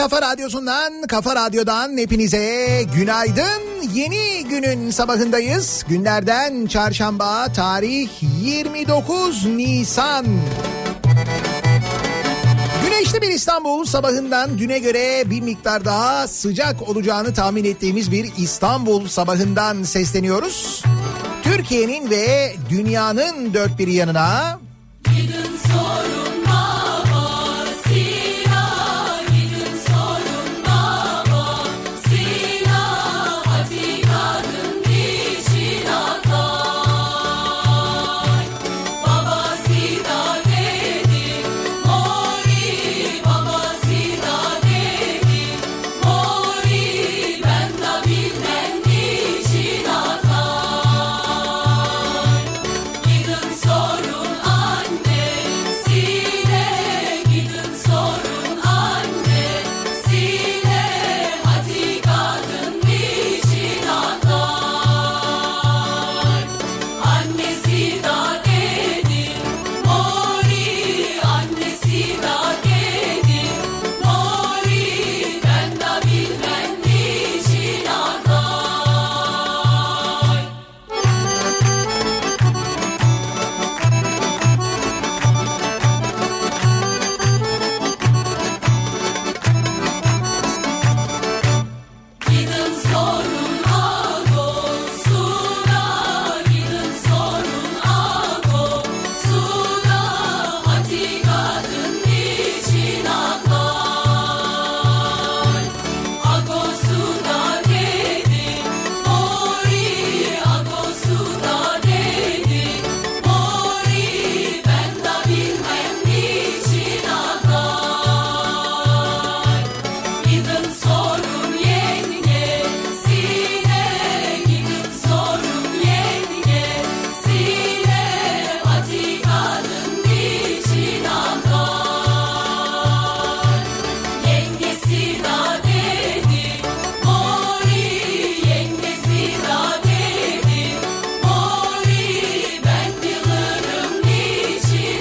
Kafa Radyosu'ndan, Kafa Radyo'dan hepinize günaydın. Yeni günün sabahındayız. Günlerden çarşamba, tarih 29 Nisan. Güneşli bir İstanbul sabahından düne göre bir miktar daha sıcak olacağını tahmin ettiğimiz bir İstanbul sabahından sesleniyoruz. Türkiye'nin ve dünyanın dört bir yanına. Gidin sorun babasıyla, gidin sorun babasıyla, Atika'nın için akar. Babası da dedi, mori, babası da dedi, mori, ben de bilmem niçin akar. Gidin sorun annesine, gidin sorun annesine, Atika'nın niçin akar. Annesi da dedi, mori, annesi da dedi, mori, ben de bilmem niçin akar. Gidin sorun Ağustos'una, gidin sorun Ağustos'una, Atika'nın niçin akar. Ağustos'una dedi, mori, Ağustos'una dedi, mori, ben de bilmem niçin akar. Gidin sorun yengesine, gidin sorun yengesine, Atika'nın niçin akar. Yengesi da dedi, mori, yengesi da dedi, mori, ben bilirim niçin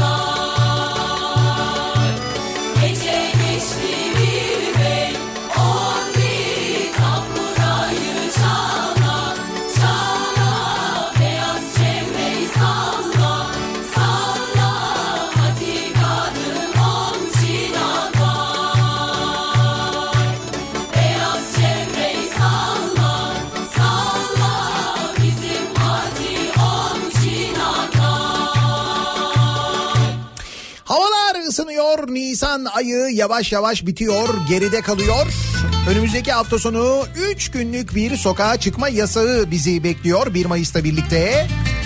akar. Gece geçti bir bey, 11 tamburayı çala, çala, beyaz çevreyi salla, salla, Atika'nın omçin akar. Beyaz çevreyi salla, salla, bizim Ati omçin akar. Havalar ısınıyor. Nisan ayı yavaş yavaş bitiyor. Geride kalıyor. Önümüzdeki hafta sonu 3 günlük bir sokağa çıkma yasağı bizi bekliyor 1 Mayıs'ta birlikte.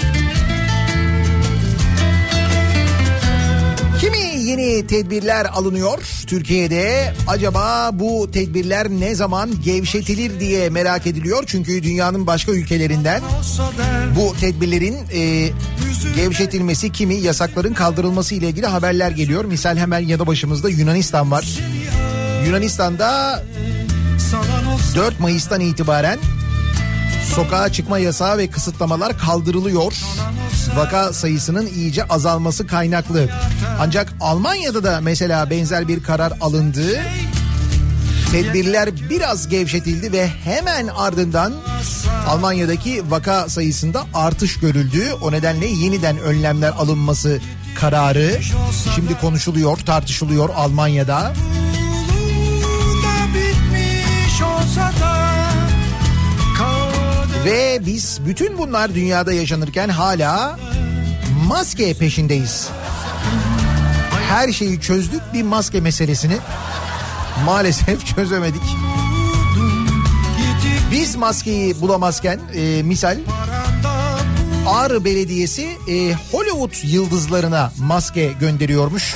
Kimi yeni tedbirler alınıyor Türkiye'de? Acaba bu tedbirler ne zaman gevşetilir diye merak ediliyor. Çünkü dünyanın başka ülkelerinden bu tedbirlerin gevşetilmesi, kimi yasakların kaldırılması ile ilgili haberler geliyor. Misal hemen yanı başımızda Yunanistan var. Yunanistan'da 4 Mayıs'tan itibaren sokağa çıkma yasağı ve kısıtlamalar kaldırılıyor. Vaka sayısının iyice azalması kaynaklı. Ancak Almanya'da da mesela benzer bir karar alındı. Tedbirler biraz gevşetildi ve hemen ardından Almanya'daki vaka sayısında artış görüldü. O nedenle yeniden önlemler alınması kararı şimdi konuşuluyor, tartışılıyor Almanya'da. Ve biz bütün bunlar dünyada yaşanırken hala maske peşindeyiz. Her şeyi çözdük, bir maske meselesini maalesef çözemedik. Biz maskeyi bulamazken misal Ağrı Belediyesi Hollywood yıldızlarına maske gönderiyormuş.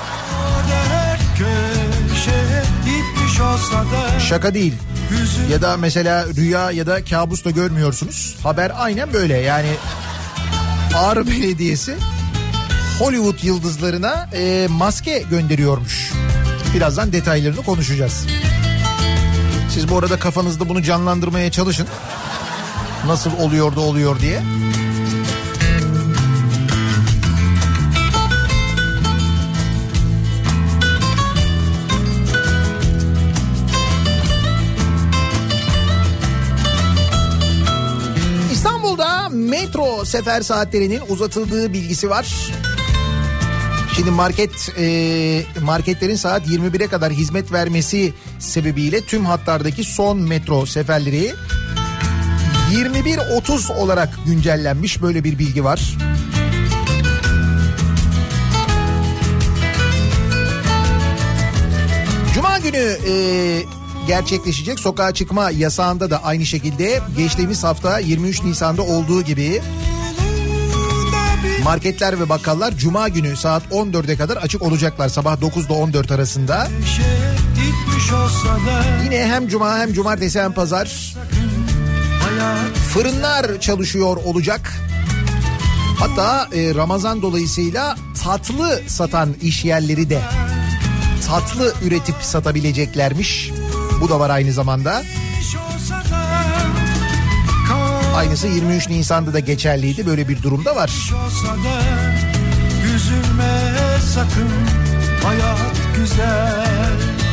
Şaka değil. Ya da mesela rüya ya da kabus da görmüyorsunuz. Haber aynen böyle. Yani Ağrı Belediyesi Hollywood yıldızlarına maske gönderiyormuş. Birazdan detaylarını konuşacağız. Siz bu arada kafanızda bunu canlandırmaya çalışın. Nasıl oluyor da oluyor diye. metro sefer saatlerinin uzatıldığı bilgisi var. Şimdi marketlerin saat 21'e kadar hizmet vermesi sebebiyle tüm hatlardaki son metro seferleri 21.30 olarak güncellenmiş, böyle bir bilgi var. Cuma günü gerçekleşecek sokağa çıkma yasağında da aynı şekilde geçtiğimiz hafta 23 Nisan'da olduğu gibi marketler ve bakkallar Cuma günü saat 14'e kadar açık olacaklar, sabah 9 ile 14 arasında. Yine hem Cuma hem Cumartesi hem Pazar fırınlar çalışıyor olacak. Hatta Ramazan dolayısıyla tatlı satan iş yerleri de tatlı üretip satabileceklermiş. Bu da var aynı zamanda. Aynısı 23 Nisan'da da geçerliydi. Böyle bir durumda var. Üzülme sakın, hayat güzel.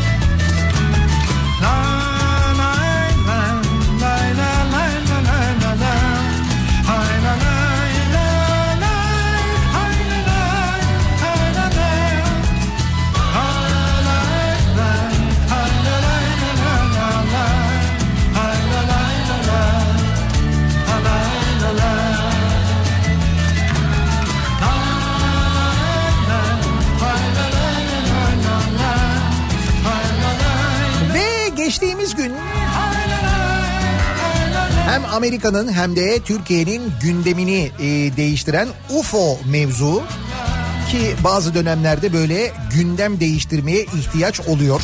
Geçtiğimiz gün hem Amerika'nın hem de Türkiye'nin gündemini değiştiren UFO mevzu, ki bazı dönemlerde böyle gündem değiştirmeye ihtiyaç oluyor.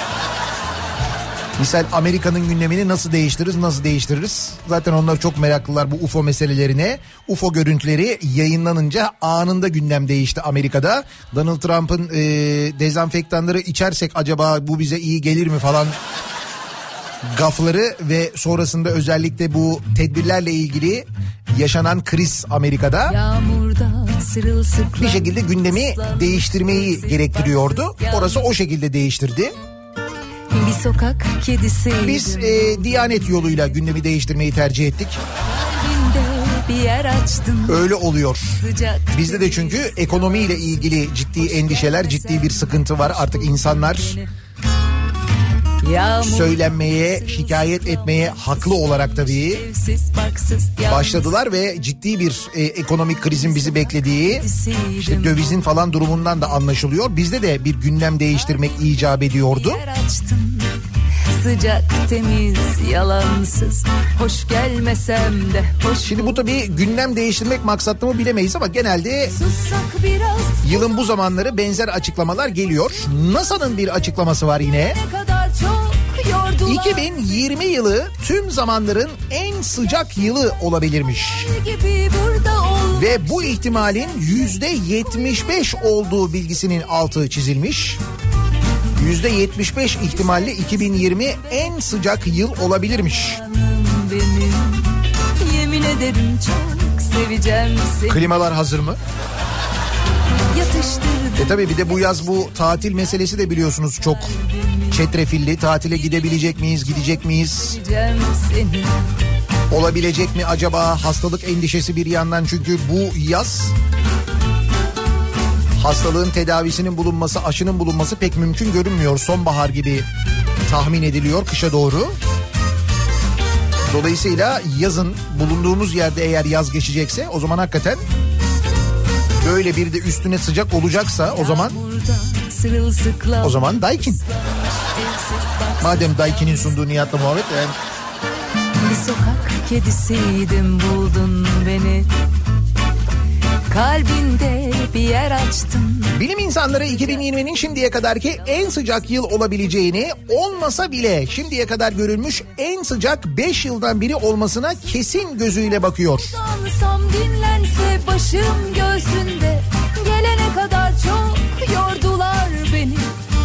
Misal Amerika'nın gündemini nasıl değiştiririz? Zaten onlar çok meraklılar bu UFO meselelerine. UFO görüntüleri yayınlanınca anında gündem değişti Amerika'da. Donald Trump'ın dezenfektanları içersek acaba bu bize iyi gelir mi falan gafları ve sonrasında özellikle bu tedbirlerle ilgili yaşanan kriz Amerika'da bir şekilde gündemi değiştirmeyi gerektiriyordu. Orası o şekilde değiştirdi. Bir sokak kedisiydim. Biz Diyanet yoluyla gündemi değiştirmeyi tercih ettik. Bir yer açtım. Öyle oluyor. Bizde de çünkü ekonomiyle ilgili ciddi endişeler, ciddi bir sıkıntı var. Artık insanlar söylenmeye, şikayet etmeye haklı olarak tabii başladılar ve ciddi bir ekonomik krizin bizi beklediği, işte dövizin falan durumundan da anlaşılıyor. Bizde de bir gündem değiştirmek icap ediyordu. Sıcak, temiz, yalansız, hoş gelmesem de hoş. Şimdi bu tabii gündem değiştirmek maksatlı mı bilemeyiz ama genelde yılın bu zamanları benzer açıklamalar geliyor. NASA'nın bir açıklaması var yine. 2020 yılı tüm zamanların en sıcak yılı olabilirmiş. Ve bu ihtimalin %75 olduğu bilgisinin altı çizilmiş. %75 ihtimalle 2020 en sıcak yıl olabilirmiş. Benim, yemin ederim çok seveceğim seni. Klimalar hazır mı? Tabii bir de bu yaz bu tatil meselesi de biliyorsunuz çok çetrefilli. Tatile gidebilecek miyiz, gidecek miyiz? Olabilecek mi acaba? Hastalık endişesi bir yandan, çünkü bu yaz hastalığın tedavisinin bulunması, aşının bulunması pek mümkün görünmüyor. Sonbahar gibi tahmin ediliyor kışa doğru. Dolayısıyla yazın bulunduğumuz yerde eğer yaz geçecekse o zaman hakikaten böyle bir de üstüne sıcak olacaksa o zaman Daikin. Madem Daikin'in sunduğu Nihat'la muhabbet yani. Bir sokak kedisiydim, buldun beni. Kalbinde bir yer açtım. Bilim insanları 2020'nin şimdiye kadarki en sıcak yıl olabileceğini, olmasa bile şimdiye kadar görülmüş en sıcak 5 yıldan biri olmasına kesin gözüyle bakıyor. Dansam dinlense başım göğsünde, gelene kadar çok yordular beni.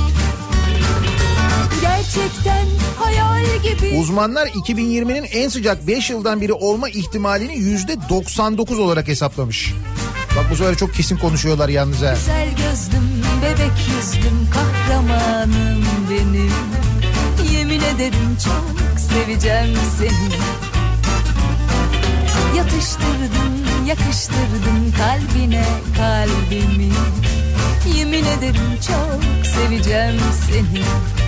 Gerçekten hayal gibi. Uzmanlar 2020'nin en sıcak 5 yıldan biri olma ihtimalini %99 olarak hesaplamış. Bak bu sefer çok kesin konuşuyorlar yalnız ha. Güzel gözlüm, bebek yüzlüm, kahramanım benim. Yemin ederim çok seveceğim seni. Yatıştırdın, yakıştırdın kalbine kalbimi. Yemin ederim çok seveceğim seni.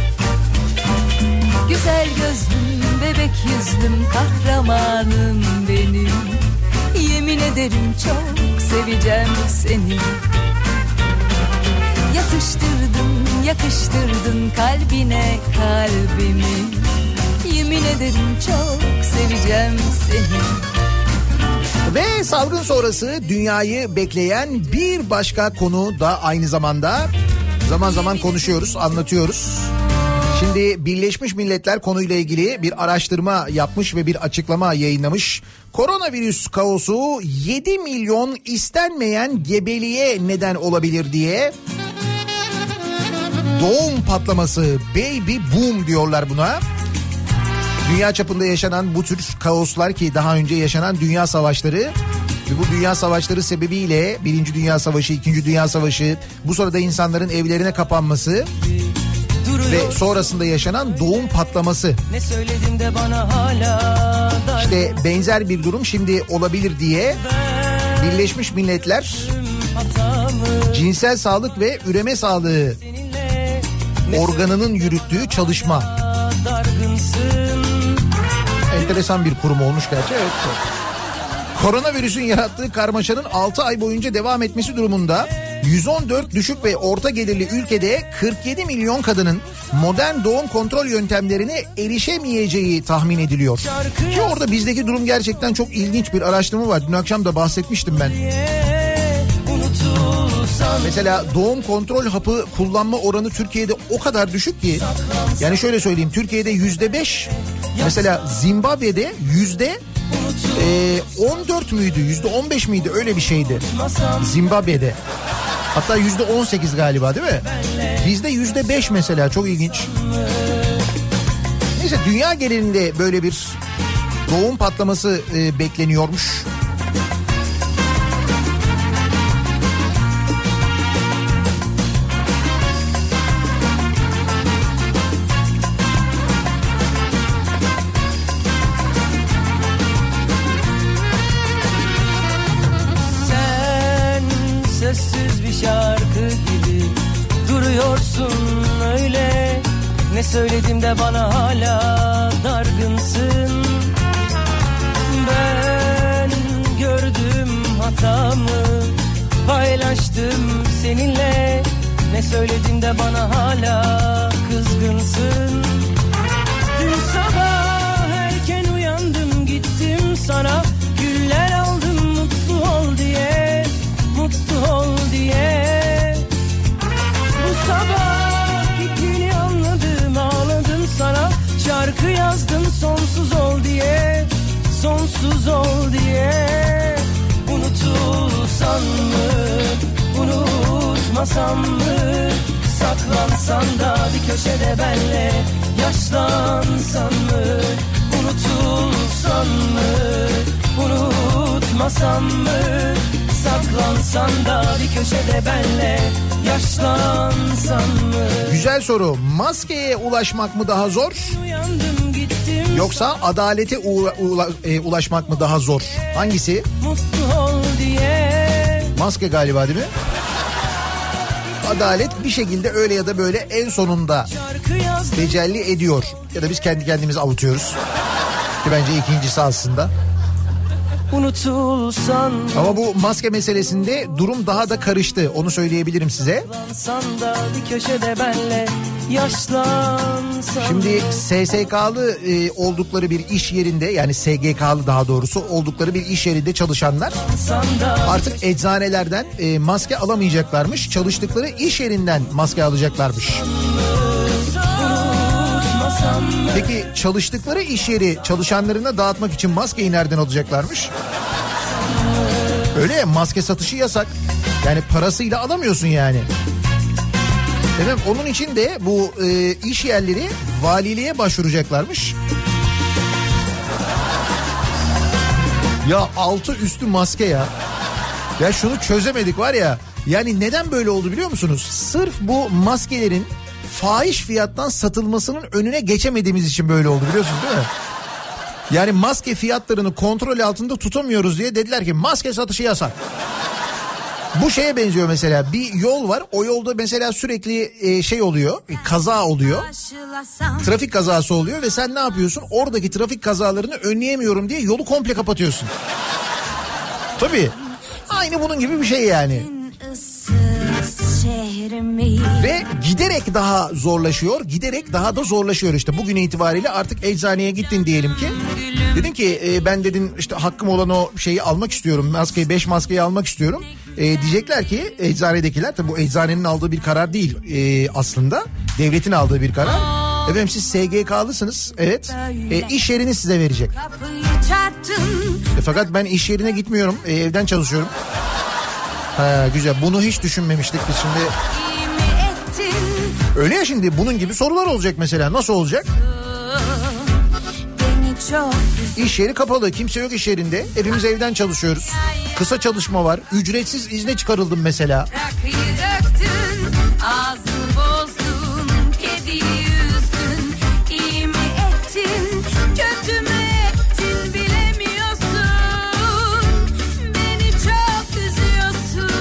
Güzel gözlüm, bebek yüzlüm, kahramanım benim. Yemin ederim çok seveceğim seni. Yatıştırdın, yakıştırdın kalbine kalbimi. Yemin ederim çok seveceğim seni. Ve salgın sonrası dünyayı bekleyen bir başka konu da aynı zamanda zaman zaman konuşuyoruz, anlatıyoruz. Şimdi Birleşmiş Milletler konuyla ilgili bir araştırma yapmış ve bir açıklama yayınlamış. Koronavirüs kaosu 7 milyon istenmeyen gebeliğe neden olabilir diye. Doğum patlaması, baby boom diyorlar buna. Dünya çapında yaşanan bu tür kaoslar ki daha önce yaşanan dünya savaşları ve bu dünya savaşları sebebiyle 1. Dünya Savaşı, 2. Dünya Savaşı, bu sırada insanların evlerine kapanması ve sonrasında yaşanan doğum patlaması. Ne söyledim de bana hala İşte benzer bir durum şimdi olabilir diye Birleşmiş Milletler Cinsel Sağlık ve Üreme Sağlığı organının yürüttüğü çalışma. Enteresan bir kurum olmuş gerçi. Evet. Koronavirüsün yarattığı karmaşanın 6 ay boyunca devam etmesi durumunda 114 düşük ve orta gelirli ülkede 47 milyon kadının modern doğum kontrol yöntemlerine erişemeyeceği tahmin ediliyor. Ki orada bizdeki durum gerçekten çok ilginç bir araştırma var. Dün akşam da bahsetmiştim ben. Mesela doğum kontrol hapı kullanma oranı Türkiye'de o kadar düşük ki, yani şöyle söyleyeyim, Türkiye'de %5, mesela Zimbabwe'de %14 müydü, %15 miydi, öyle bir şeydi Zimbabwe'de. Hatta %18 galiba, değil mi? Bizde %5 mesela, çok ilginç. Neyse, dünya genelinde böyle bir doğum patlaması bekleniyormuş. Sözsüz bir şarkı gibi duruyorsun öyle. Ne söyledim de bana hala dargınsın. Ben gördüm hatamı, paylaştım seninle. Ne söyledim de bana hala kızgınsın. Dün sabah erken uyandım, gittim sana güller aldım, mutlu ol diye. Mutlu ol diye. Bu sabah gittiğini anladım, ağladım sana. Şarkı yazdım sonsuz ol diye. Sonsuz ol diye. Unutulsan mı, unutmasam mı? Saklansan da bir köşede benle yaşlansan mı? Unutulsan mı, unutmasam mı? Saklansan da bir köşede benle yaşlansan mı? Güzel soru. Maskeye ulaşmak mı daha zor? Yoksa adalete ulaşmak mı daha zor? Hangisi? Mutlu ol diye. Maske galiba, değil mi? Adalet bir şekilde öyle ya da böyle en sonunda tecelli ediyor. Ya da biz kendi kendimizi avutuyoruz. Ki bence ikincisi aslında. Unutulsan. Ama bu maske meselesinde durum daha da karıştı. Onu söyleyebilirim size. Şimdi SSK'lı oldukları bir iş yerinde, yani SGK'lı daha doğrusu oldukları bir iş yerinde çalışanlar artık eczanelerden maske alamayacaklarmış. Çalıştıkları iş yerinden maske alacaklarmış. Peki çalıştıkları iş yeri çalışanlarına dağıtmak için maskeyi nereden alacaklarmış? Öyle ya, maske satışı yasak. Yani parasıyla alamıyorsun yani. Efendim, onun için de bu iş yerleri valiliğe başvuracaklarmış. Ya altı üstü maske ya. Ya şunu çözemedik var ya. Yani neden böyle oldu biliyor musunuz? Sırf bu maskelerin fahiş fiyattan satılmasının önüne geçemediğimiz için böyle oldu, biliyorsunuz değil mi? Yani maske fiyatlarını kontrol altında tutamıyoruz diye dediler ki maske satışı yasak. Bu şeye benziyor mesela, bir yol var, o yolda mesela sürekli şey oluyor, kaza oluyor, trafik kazası oluyor ve sen ne yapıyorsun, oradaki trafik kazalarını önleyemiyorum diye yolu komple kapatıyorsun. Tabii aynı bunun gibi bir şey yani. Ve giderek daha zorlaşıyor, giderek daha da zorlaşıyor işte. Bugün itibariyle artık eczaneye gittin diyelim ki. Dedin ki ben dedin işte hakkım olan o şeyi almak istiyorum. Maskeyi, 5 maskeyi almak istiyorum. Diyecekler ki eczanedekiler, tabi bu eczanenin aldığı bir karar değil aslında. Devletin aldığı bir karar. Efendim siz SGK'lısınız. Evet. İş yerini size verecek. Fakat ben iş yerine gitmiyorum. Evden çalışıyorum. Ha, güzel. Bunu hiç düşünmemiştik biz şimdi. Öyle ya, şimdi bunun gibi sorular olacak mesela. Nasıl olacak? İş yeri kapalı. Kimse yok iş yerinde. Hepimiz evden çalışıyoruz. Kısa çalışma var. Ücretsiz izne çıkarıldım mesela. Ağzını bozdun, kediyi üzdün, iyi mi ettin, kötü mü ettin bilemiyorsun, beni çok üzüyorsun.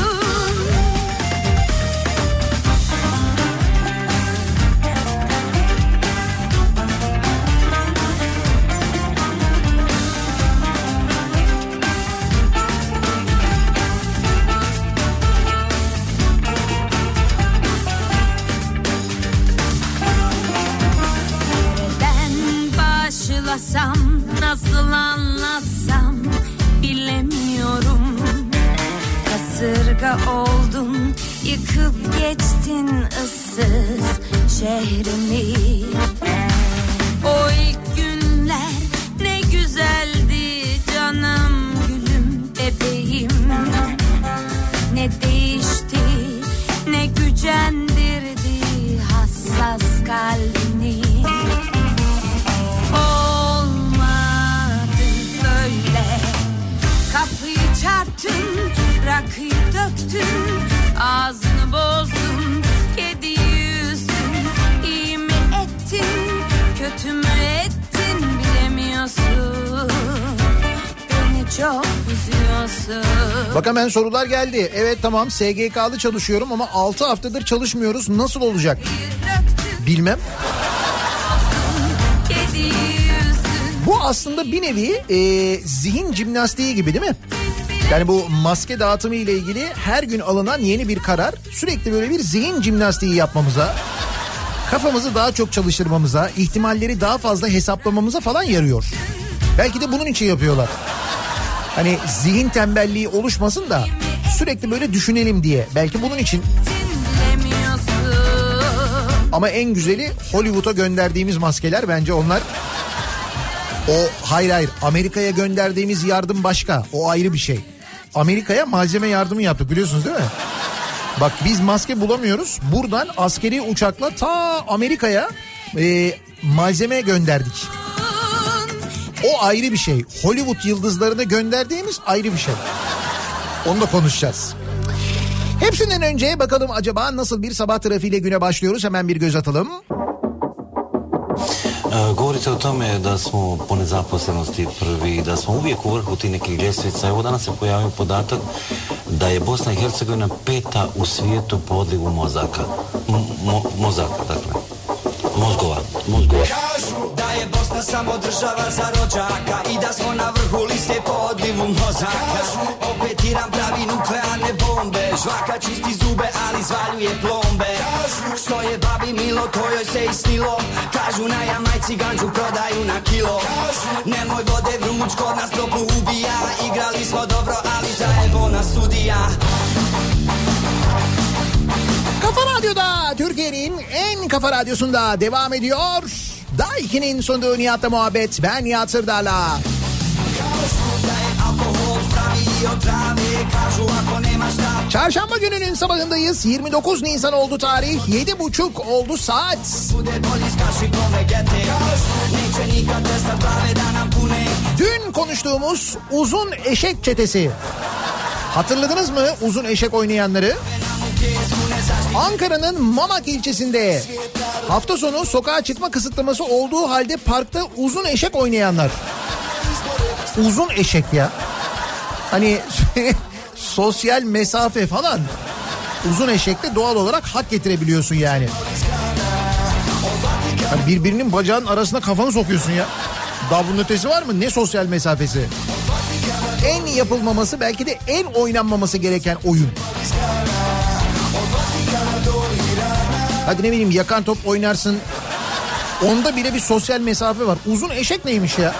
Nasıl anlatsam bilemiyorum. Kasırga oldun, yıkıp geçtin ıssız şehrimi. O ilk günler ne güzeldi canım gülüm bebeğim. Ne değişti, ne gücendirdi hassas kalbini. Kapıyı çarptın, rakıyı döktün, ağzını bozdun, kediyi üzdün, iyi mi ettin, kötü mü ettin bilemiyorsun, beni çok üzüyorsun. Bak hemen sorular geldi. Evet tamam, SGK'lı çalışıyorum ama 6 haftadır çalışmıyoruz, nasıl olacak? Bilmem. Bu aslında bir nevi zihin jimnastiği gibi değil mi? Yani bu maske dağıtımı ile ilgili her gün alınan yeni bir karar sürekli böyle bir zihin jimnastiği yapmamıza, kafamızı daha çok çalıştırmamıza, ihtimalleri daha fazla hesaplamamıza falan yarıyor. Belki de bunun için yapıyorlar. Hani zihin tembelliği oluşmasın da sürekli böyle düşünelim diye. Belki bunun için. Ama en güzeli Hollywood'a gönderdiğimiz maskeler, bence onlar. O hayır Amerika'ya gönderdiğimiz yardım başka, o ayrı bir şey. Amerika'ya malzeme yardımı yaptık, biliyorsunuz değil mi? Bak biz maske bulamıyoruz, buradan askeri uçakla ta Amerika'ya malzeme gönderdik. O ayrı bir şey. Hollywood yıldızlarına gönderdiğimiz ayrı bir şey. Onu da konuşacağız. Hepsinden önce bakalım acaba nasıl bir sabah trafiğiyle güne başlıyoruz, hemen bir göz atalım. Govorite o tome da smo po nezaposlenosti prvi, da smo uvijek u vrhu tih nekih ljestvica. Evo danas se pojavio podatak da je Bosna i Hercegovina 5. u svijetu po odlivu mozaka. Mozaka, dakle. Mozgova. Kažu da je Bosna samo država za rođaka i da smo na vrhu liste po odlivu mozaka. Opet Iran pravi nuklearne bombe, žvaka čisti zube ali zvaljuje plombe. Što je babi milo, to joj se isnilo, kažu na Jamajci ganđu prodaju na kilo. Nemoj vode vruć, kod nas toplu ubija, igrali smo dobro ali zajebo nas sudija. Kafa Radyo'da, Türkiye'nin en kafa radyosunda devam ediyor. Daiki'nin sunduğu Nihat'la muhabbet. Ben Nihat Sırdar'la. Çarşamba gününün sabahındayız. 29 Nisan oldu tarih. 7.30 oldu saat. Dün konuştuğumuz uzun eşek çetesi. Hatırladınız mı uzun eşek oynayanları? Ankara'nın Mamak ilçesinde Hafta sonu sokağa çıkma kısıtlaması olduğu halde parkta uzun eşek oynayanlar. Uzun eşek ya. Hani sosyal mesafe falan. Uzun eşekte doğal olarak hak getirebiliyorsun yani. Hani birbirinin bacağının arasına kafanı sokuyorsun ya. Daha bunun ötesi var mı? Ne sosyal mesafesi? En yapılmaması, belki de en oynanmaması gereken oyun. Hadi ne bileyim, yakan top oynarsın. Onda bile bir sosyal mesafe var. Uzun eşek neymiş ya?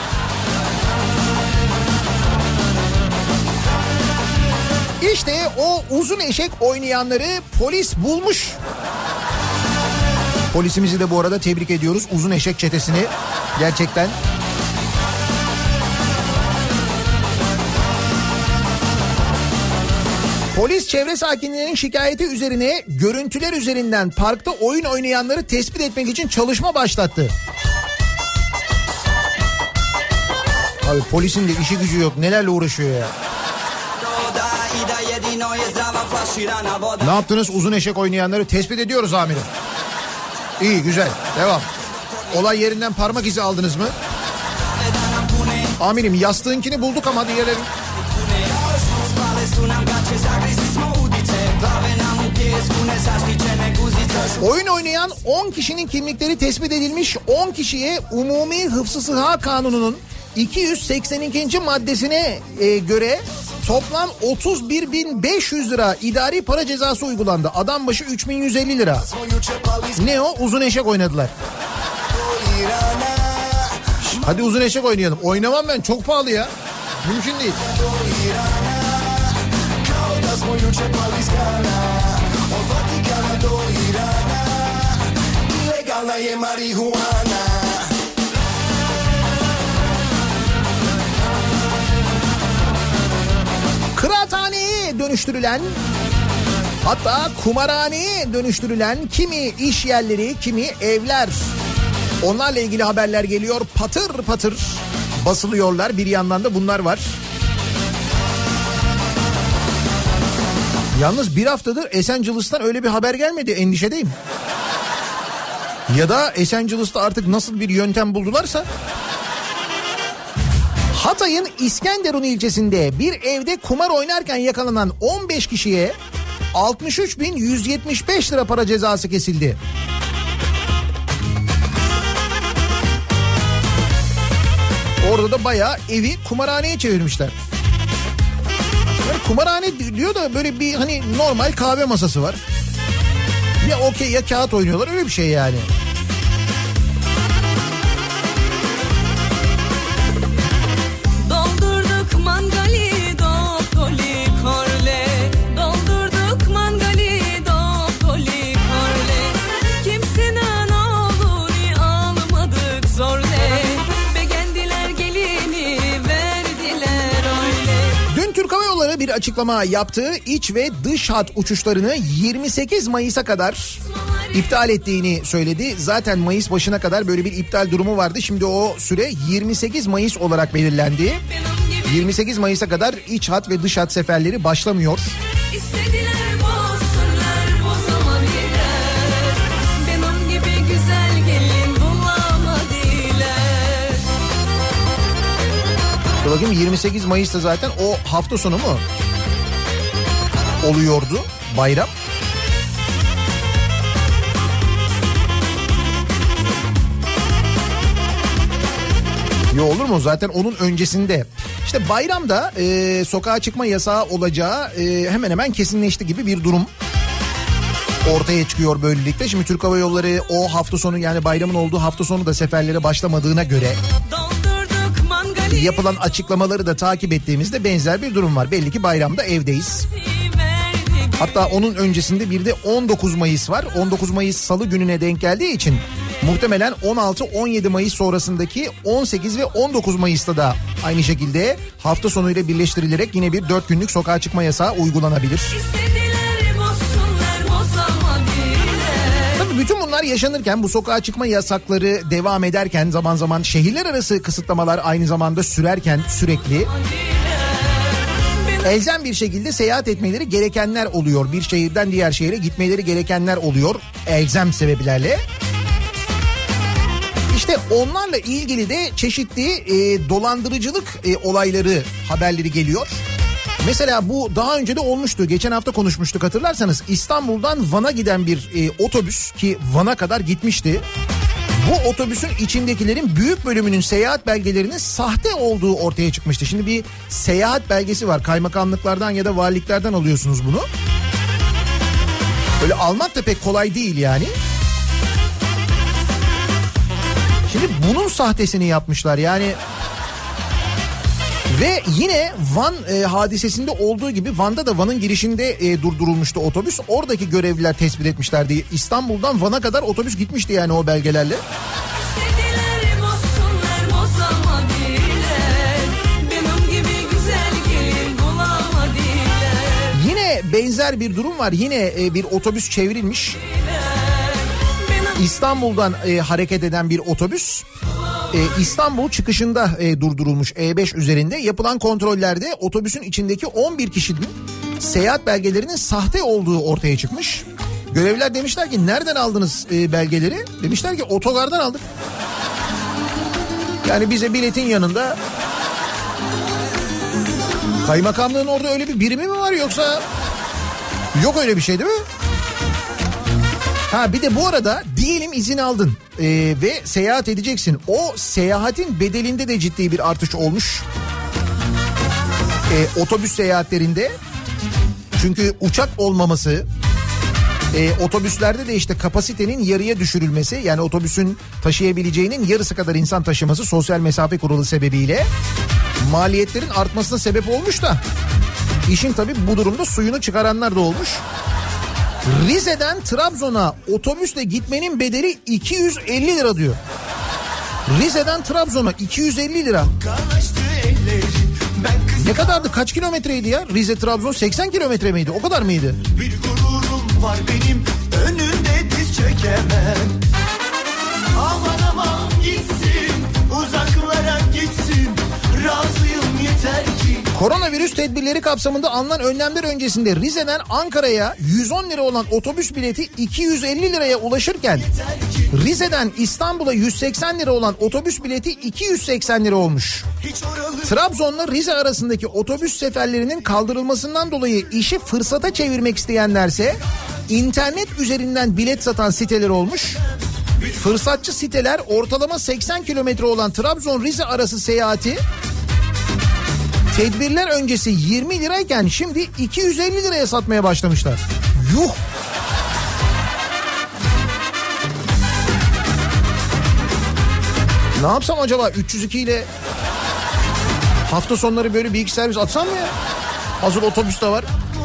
İşte o uzun eşek oynayanları polis bulmuş. Polisimizi de bu arada tebrik ediyoruz. Uzun eşek çetesini gerçekten. Polis çevre sakinlerinin şikayeti üzerine görüntüler üzerinden parkta oyun oynayanları tespit etmek için çalışma başlattı. Abi polisin de işi gücü yok, nelerle uğraşıyor ya. Ne yaptınız? Uzun eşek oynayanları tespit ediyoruz amirim. İyi, güzel, devam. Olay yerinden parmak izi aldınız mı? Amirim yastığınkini bulduk ama diğerleri... Oyun oynayan 10 kişinin kimlikleri tespit edilmiş. 10 kişiye Umumi Hıfzı Sıha Kanunu'nun 282. maddesine göre toplam 31.500 lira idari para cezası uygulandı. Adam başı 3.150 lira. Ne o? Uzun eşek oynadılar. Hadi uzun eşek oynayalım. Oynamam ben, çok pahalı ya. Mümkün değil. Kıraathaneye dönüştürülen, hatta kumarhaneye dönüştürülen kimi iş yerleri, kimi evler, onlarla ilgili haberler geliyor. Patır patır basılıyorlar. Bir yandan da bunlar var. Yalnız bir haftadır Esencilis'ten öyle bir haber gelmedi, endişedeyim. Ya da Esencilis'te artık nasıl bir yöntem buldularsa. Hatay'ın İskenderun ilçesinde bir evde kumar oynarken yakalanan 15 kişiye 63.175 lira para cezası kesildi. Orada da bayağı evi kumarhaneye çevirmişler. Yani kumarhane diyor da böyle bir hani normal kahve masası var. Ya okey ya kağıt oynuyorlar, öyle bir şey yani. Doldurduk mangali doli korle, doldurduk mangali doli korle. Kimsinin oğlunu almadık zorle, beğendiler gelini verdiler öyle. Dün Türk Hava Yolları bir açıklama yaptı. İç ve dış hat uçuşlarını 28 Mayıs'a kadar iptal ettiğini söyledi. Zaten Mayıs başına kadar böyle bir iptal durumu vardı. Şimdi o süre 28 Mayıs olarak belirlendi. 28 Mayıs'a kadar iç hat ve dış hat seferleri başlamıyor. İstediler bozsunlar bozamadılar, benim gibi güzel gelin bulamadılar. Dur bakayım, 28 Mayıs'ta zaten o hafta sonu mu oluyordu bayram? Yo, olur mu? Zaten onun öncesinde. İşte bayramda sokağa çıkma yasağı olacağı hemen hemen kesinleşti gibi bir durum ortaya çıkıyor böylelikle. Şimdi Türk Hava Yolları o hafta sonu, yani bayramın olduğu hafta sonu da seferlere başlamadığına göre yapılan açıklamaları da takip ettiğimizde benzer bir durum var. Belli ki bayramda evdeyiz. Hatta onun öncesinde bir de 19 Mayıs var. 19 Mayıs Salı gününe denk geldiği için muhtemelen 16-17 Mayıs sonrasındaki 18 ve 19 Mayıs'ta da aynı şekilde hafta sonuyla birleştirilerek yine bir 4 günlük sokağa çıkma yasağı uygulanabilir. Tabii bütün bunlar yaşanırken, bu sokağa çıkma yasakları devam ederken, zaman zaman şehirler arası kısıtlamalar aynı zamanda sürerken sürekli, elzem bir şekilde seyahat etmeleri gerekenler oluyor. Bir şehirden diğer şehre gitmeleri gerekenler oluyor elzem sebeplerle. İşte onlarla ilgili de çeşitli dolandırıcılık olayları, haberleri geliyor. Mesela bu daha önce de olmuştu. Geçen hafta konuşmuştuk hatırlarsanız. İstanbul'dan Van'a giden bir otobüs ki Van'a kadar gitmişti. Bu otobüsün içindekilerin büyük bölümünün seyahat belgelerinin sahte olduğu ortaya çıkmıştı. Şimdi bir seyahat belgesi var. Kaymakamlıklardan ya da valiliklerden alıyorsunuz bunu. Böyle almak da pek kolay değil yani. Şimdi bunun sahtesini yapmışlar yani. Ve yine Van hadisesinde olduğu gibi Van'da da Van'ın girişinde durdurulmuştu otobüs. Oradaki görevliler tespit etmişlerdi. İstanbul'dan Van'a kadar otobüs gitmişti yani o belgelerle. Yine benzer bir durum var. Yine bir otobüs çevrilmiş. İstanbul'dan hareket eden bir otobüs. İstanbul çıkışında durdurulmuş E5 üzerinde. Yapılan kontrollerde otobüsün içindeki 11 kişinin seyahat belgelerinin sahte olduğu ortaya çıkmış. Görevliler demişler ki nereden aldınız belgeleri? Demişler ki otogardan aldık. Yani bize biletin yanında. Kaymakamlığın orada öyle bir birimi mi var yoksa? Yok öyle bir şey değil mi? Ha bir de bu arada diyelim izin aldın ve seyahat edeceksin. O seyahatin bedelinde de ciddi bir artış olmuş. Otobüs seyahatlerinde. Çünkü uçak olmaması, otobüslerde de işte kapasitenin yarıya düşürülmesi, yani otobüsün taşıyabileceğinin yarısı kadar insan taşıması sosyal mesafe kuralı sebebiyle maliyetlerin artmasına sebep olmuş da işin tabii bu durumda suyunu çıkaranlar da olmuş. Rize'den Trabzon'a otobüsle gitmenin bedeli 250 lira diyor. Rize'den Trabzon'a 250 lira. Ne kadardı? Kaç kilometreydi ya? Rize Trabzon 80 kilometre miydi? O kadar mıydı? Bir gururum var benim, önünde diz çökemem. Aman aman gitsin, uzaklara gitsin, razıyım yeter ki. Koronavirüs tedbirleri kapsamında alınan önlemler öncesinde Rize'den Ankara'ya 110 lira olan otobüs bileti 250 liraya ulaşırken Rize'den İstanbul'a 180 lira olan otobüs bileti 280 lira olmuş. Trabzon'la Rize arasındaki otobüs seferlerinin kaldırılmasından dolayı işi fırsata çevirmek isteyenlerse internet üzerinden bilet satan siteler olmuş. Fırsatçı siteler ortalama 80 kilometre olan Trabzon-Rize arası seyahati tedbirler öncesi 20 lirayken şimdi 250 liraya satmaya başlamışlar. Yuh! Ne yapsam acaba 302 ile hafta sonları böyle bir iki servis atsam mı ya? Hazır otobüs de var.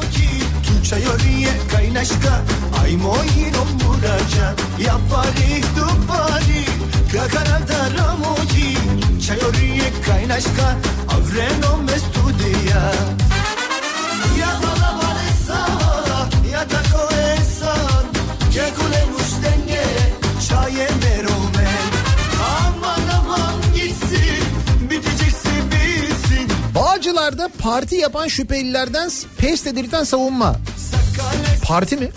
Bağcılar'da parti yapan şüphelilerden pes edilten savunma. Parti mi?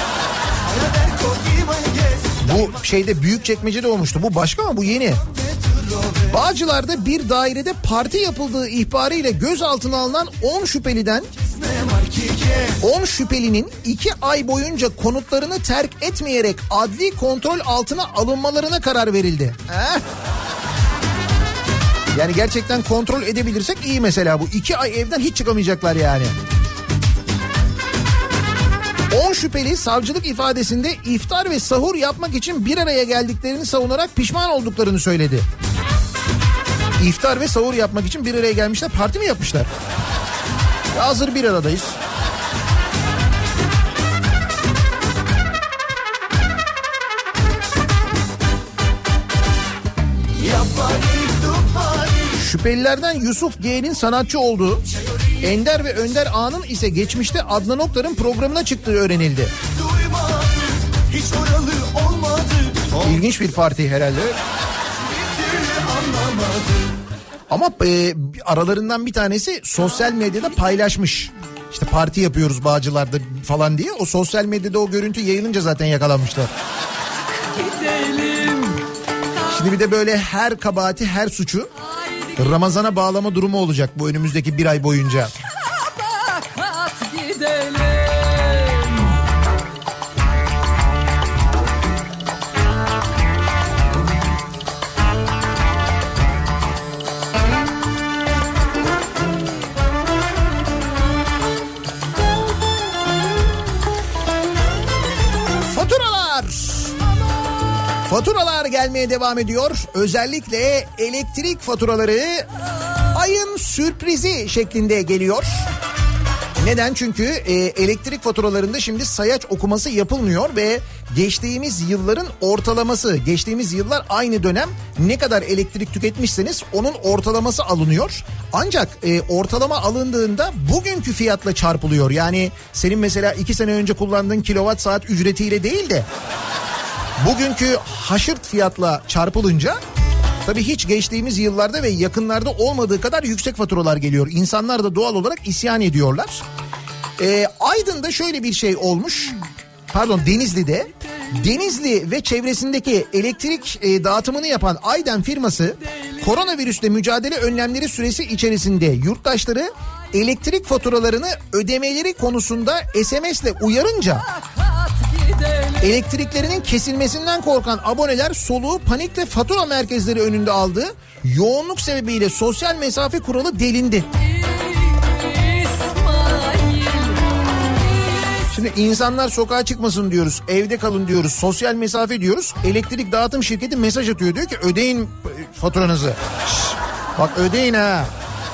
Bu şeyde Büyükçekmece'de olmuştu. Bu başka mı? Bu yeni. Bağcılar'da bir dairede parti yapıldığı ihbarıyla gözaltına alınan 10 şüpheliden 10 şüphelinin 2 ay boyunca konutlarını terk etmeyerek adli kontrol altına alınmalarına karar verildi. Yani gerçekten kontrol edebilirsek iyi mesela bu. 2 ay evden hiç çıkamayacaklar yani. 10 şüpheli savcılık ifadesinde iftar ve sahur yapmak için bir araya geldiklerini savunarak pişman olduklarını söyledi. İftar ve sahur yapmak için bir araya gelmişler, parti mi yapmışlar? Ya hazır bir aradayız. Şüphelilerden Yusuf G'nin sanatçı olduğu, Ender ve Önder A'nın ise geçmişte Adnan Oktar'ın programına çıktığı öğrenildi. İlginç bir parti herhalde. Ama aralarından bir tanesi sosyal medyada paylaşmış. İşte parti yapıyoruz Bağcılar'da falan diye. O sosyal medyada o görüntü yayılınca zaten yakalanmışlar. Şimdi bir de böyle her kabahati, her suçu Ramazan'a bağlama durumu olacak bu önümüzdeki bir ay boyunca. Faturalar gelmeye devam ediyor. Özellikle elektrik faturaları ayın sürprizi şeklinde geliyor. Neden? Çünkü elektrik faturalarında şimdi sayaç okuması yapılmıyor ve geçtiğimiz yılların ortalaması, geçtiğimiz yıllar aynı dönem ne kadar elektrik tüketmişseniz onun ortalaması alınıyor. Ancak ortalama alındığında bugünkü fiyatla çarpılıyor. Yani senin mesela 2 sene önce kullandığın kilowatt saat ücretiyle değil de bugünkü haşırt fiyatla çarpılınca tabii hiç geçtiğimiz yıllarda ve yakınlarda olmadığı kadar yüksek faturalar geliyor. İnsanlar da doğal olarak isyan ediyorlar. Aydın'da şöyle bir şey olmuş. Denizli'de. Denizli ve çevresindeki elektrik dağıtımını yapan Ayden firması koronavirüsle mücadele önlemleri süresi içerisinde yurttaşları elektrik faturalarını ödemeleri konusunda SMS'le uyarınca elektriklerinin kesilmesinden korkan aboneler soluğu panikle fatura merkezleri önünde aldı. Yoğunluk sebebiyle sosyal mesafe kuralı delindi. Şimdi insanlar sokağa çıkmasın diyoruz, evde kalın diyoruz, sosyal mesafe diyoruz. Elektrik dağıtım şirketi mesaj atıyor, diyor ki ödeyin faturanızı. Bak ödeyin ha.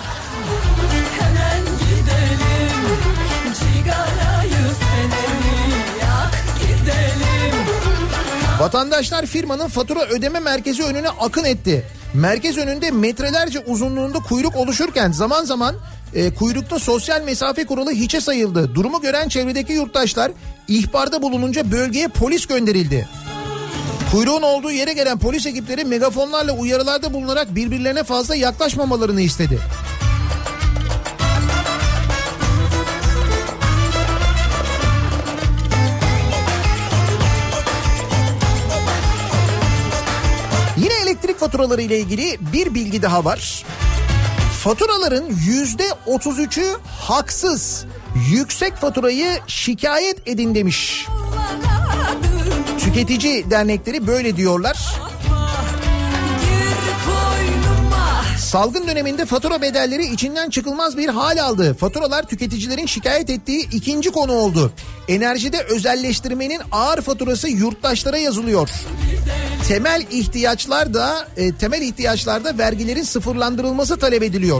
Vatandaşlar firmanın fatura ödeme merkezi önüne akın etti. Merkez önünde metrelerce uzunluğunda kuyruk oluşurken zaman zaman kuyrukta sosyal mesafe kuralı hiçe sayıldı. Durumu gören çevredeki yurttaşlar ihbarda bulununca bölgeye polis gönderildi. Kuyruğun olduğu yere gelen polis ekipleri megafonlarla uyarılarda bulunarak birbirlerine fazla yaklaşmamalarını istedi. Yine elektrik faturaları ile ilgili bir bilgi daha var. Faturaların %33'ü haksız. Yüksek faturayı şikayet edin demiş. Tüketici dernekleri böyle diyorlar. Salgın döneminde fatura bedelleri içinden çıkılmaz bir hal aldı. Faturalar tüketicilerin şikayet ettiği ikinci konu oldu. Enerjide özelleştirmenin ağır faturası yurttaşlara yazılıyor. Temel ihtiyaçlarda vergilerin sıfırlandırılması talep ediliyor.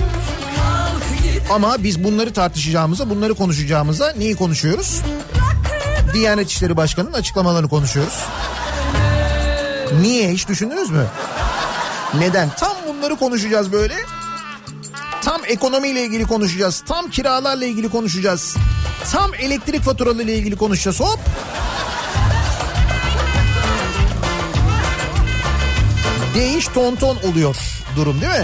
Ama biz bunları tartışacağımıza, bunları konuşacağımıza neyi konuşuyoruz? Diyanet İşleri Başkanı'nın açıklamalarını konuşuyoruz. Niye, hiç düşündünüz mü? Neden? Tam bunları konuşacağız böyle. Tam ekonomiyle ilgili konuşacağız. Tam kiralarla ilgili konuşacağız. Tam elektrik faturalarıyla ilgili konuşacağız. Hop! Değiş tonton oluyor durum, değil mi?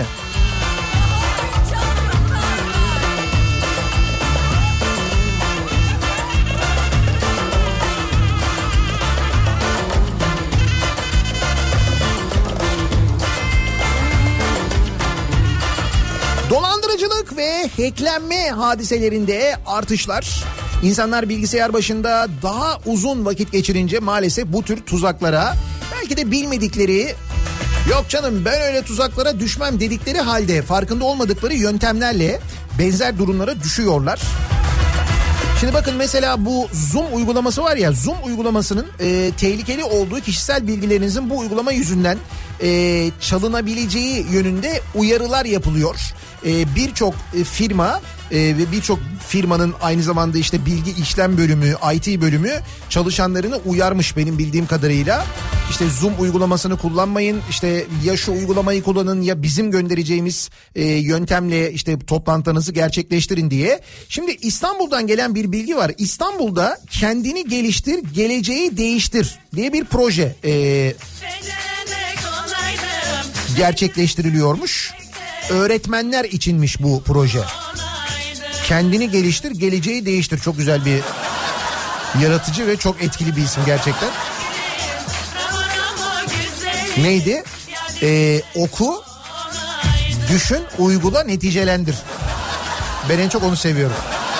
Dolandırıcılık ve hacklenme hadiselerinde artışlar. İnsanlar bilgisayar başında daha uzun vakit geçirince maalesef bu tür tuzaklara, belki de bilmedikleri, yok canım ben öyle tuzaklara düşmem dedikleri halde farkında olmadıkları yöntemlerle benzer durumlara düşüyorlar. Şimdi bakın mesela bu Zoom uygulaması var ya, Zoom uygulamasının tehlikeli olduğu, kişisel bilgilerinizin bu uygulama yüzünden çalınabileceği yönünde uyarılar yapılıyor. Birçok firma ve birçok firmanın aynı zamanda işte bilgi işlem bölümü, IT bölümü çalışanlarını uyarmış benim bildiğim kadarıyla. İşte Zoom uygulamasını kullanmayın, işte ya şu uygulamayı kullanın ya bizim göndereceğimiz yöntemle işte toplantınızı gerçekleştirin diye. Şimdi İstanbul'dan gelen bir bilgi var. İstanbul'da kendini geliştir, geleceği değiştir diye bir proje gerçekleştiriliyormuş. öğretmenler içinmiş bu proje. Kendini geliştir, geleceği değiştir. Çok güzel bir, yaratıcı ve çok etkili bir isim gerçekten. Neydi? Oku, düşün, uygula, neticelendir. Ben en çok onu seviyorum.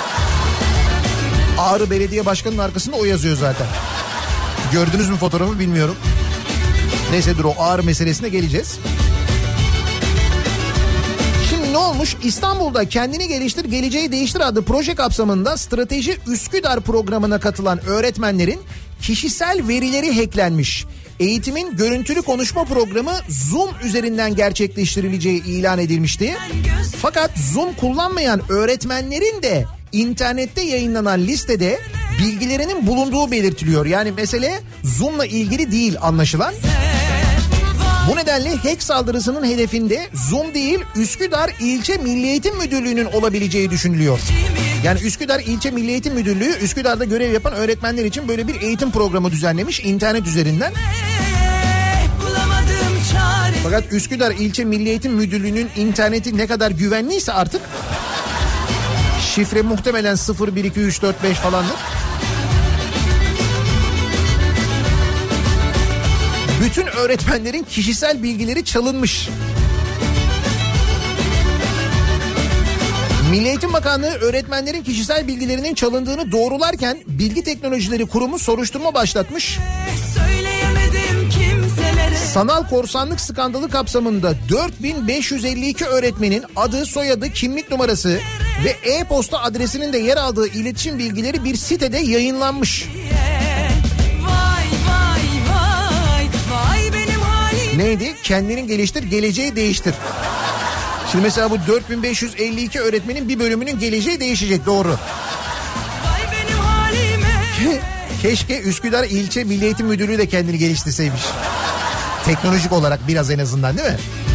Ağrı Belediye Başkanı'nın arkasında o yazıyor zaten. Gördünüz mü fotoğrafı bilmiyorum. Neyse dur, o Ağrı meselesine geleceğiz. Şimdi ne olmuş? İstanbul'da Kendini Geliştir, Geleceği Değiştir adlı proje kapsamında Strateji Üsküdar programına katılan öğretmenlerin kişisel verileri hacklenmiş. Eğitimin görüntülü konuşma programı Zoom üzerinden gerçekleştirileceği ilan edilmişti. Fakat Zoom kullanmayan öğretmenlerin de internette yayınlanan listede bilgilerinin bulunduğu belirtiliyor. Yani mesele Zoom'la ilgili değil anlaşılan. Bu nedenle hack saldırısının hedefinde Zoom değil, Üsküdar İlçe Milli Eğitim Müdürlüğü'nün olabileceği düşünülüyor. Yani Üsküdar İlçe Milli Eğitim Müdürlüğü Üsküdar'da görev yapan öğretmenler için böyle bir eğitim programı düzenlemiş internet üzerinden. Fakat Üsküdar İlçe Milli Eğitim Müdürlüğü'nün interneti ne kadar güvenliyse artık, şifre muhtemelen 0, 1, 2, 3, 4, 5 falandır. Bütün öğretmenlerin kişisel bilgileri çalınmış. Milli Eğitim Bakanlığı öğretmenlerin kişisel bilgilerinin çalındığını doğrularken Bilgi Teknolojileri Kurumu soruşturma başlatmış. Sanal korsanlık skandalı kapsamında 4552 öğretmenin adı, soyadı, kimlik numarası ve e-posta adresinin de yer aldığı iletişim bilgileri bir sitede yayınlanmış. Neydi? Kendini geliştir, geleceği değiştir. Şimdi mesela bu 4552 öğretmenin bir bölümünün geleceği değişecek, doğru. Keşke Üsküdar İlçe Milli Eğitim Müdürlüğü de kendini geliştirseymiş. Teknolojik olarak biraz en azından, değil mi?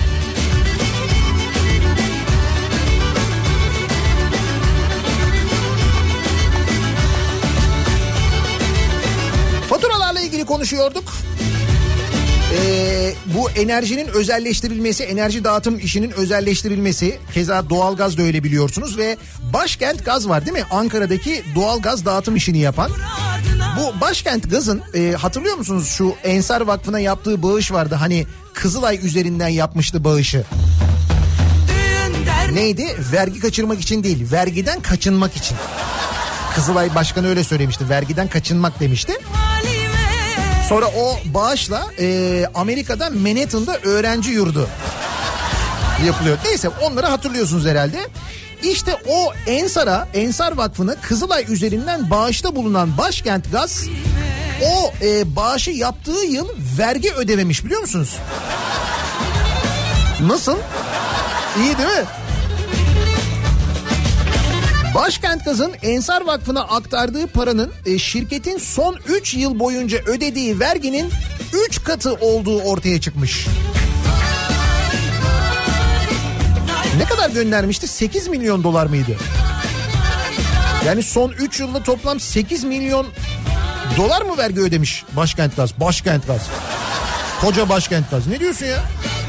Faturalarla ilgili konuşuyorduk. Bu enerjinin özelleştirilmesi, enerji dağıtım işinin özelleştirilmesi, keza doğalgaz da öyle biliyorsunuz ve Başkent Gaz var değil mi? Ankara'daki doğalgaz dağıtım işini yapan. Bu Başkent Gaz'ın hatırlıyor musunuz şu Ensar Vakfı'na yaptığı bağış vardı, hani Kızılay üzerinden yapmıştı bağışı. Neydi? Vergi kaçırmak için değil, vergiden kaçınmak için. Kızılay Başkanı öyle söylemişti, vergiden kaçınmak demişti. Sonra o bağışla Amerika'da Manhattan'da öğrenci yurdu yapılıyor. Neyse, onları hatırlıyorsunuz herhalde. İşte o Ensar Vakfı'na Kızılay üzerinden bağışta bulunan Başkent Gaz o bağışı yaptığı yıl vergi ödememiş, biliyor musunuz? Nasıl? İyi değil mi? Başkent Gaz'ın Ensar Vakfı'na aktardığı paranın şirketin son 3 yıl boyunca ödediği verginin 3 katı olduğu ortaya çıkmış. Ne kadar göndermişti? 8 milyon dolar mıydı? Yani son 3 yılda toplam 8 milyon dolar mı vergi ödemiş Başkent Gaz? Başkent Gaz. Koca Başkent Gaz. Ne diyorsun ya?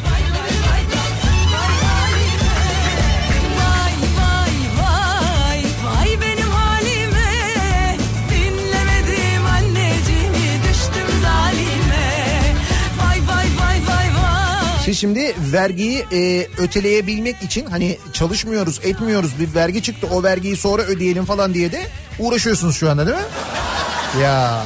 Siz şimdi vergiyi öteleyebilmek için, hani çalışmıyoruz, etmiyoruz, bir vergi çıktı, o vergiyi sonra ödeyelim falan diye de uğraşıyorsunuz şu anda, değil mi? Ya.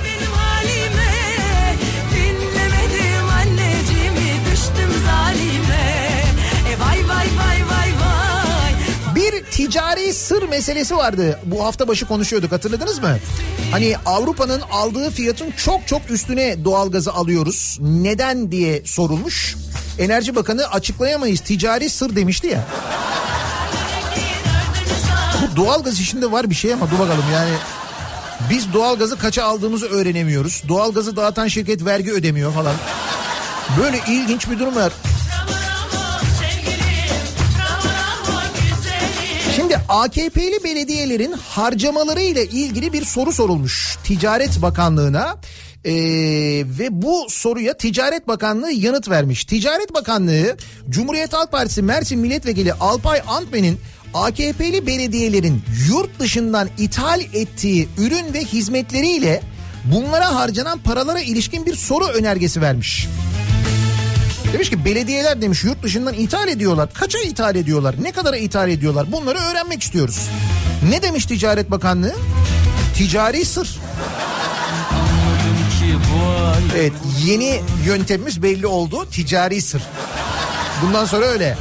Bir ticari sır meselesi vardı. Bu hafta başı konuşuyorduk, hatırladınız mı? Hani Avrupa'nın aldığı fiyatın çok çok üstüne doğalgazı alıyoruz. Neden diye sorulmuş. Enerji Bakanı açıklayamayız, ticari sır demişti ya. Bu doğalgaz işinde var bir şey ama dur bakalım yani. Biz doğalgazı kaça aldığımızı öğrenemiyoruz. Doğalgazı dağıtan şirket vergi ödemiyor falan. Böyle ilginç bir durum var. Şimdi AKP'li belediyelerin harcamaları ile ilgili bir soru sorulmuş Ticaret Bakanlığı'na. Ve bu soruya Ticaret Bakanlığı yanıt vermiş. Ticaret Bakanlığı Cumhuriyet Halk Partisi Mersin Milletvekili Alpay Antmen'in AKP'li belediyelerin yurt dışından ithal ettiği ürün ve hizmetleriyle bunlara harcanan paralara ilişkin bir soru önergesi vermiş. Demiş ki belediyeler demiş yurt dışından ithal ediyorlar. Kaça ithal ediyorlar? Ne kadara ithal ediyorlar? Bunları öğrenmek istiyoruz. Ne demiş Ticaret Bakanlığı? Ticari sır. Evet, yeni yöntemimiz belli oldu. Ticari sır. Bundan sonra öyle.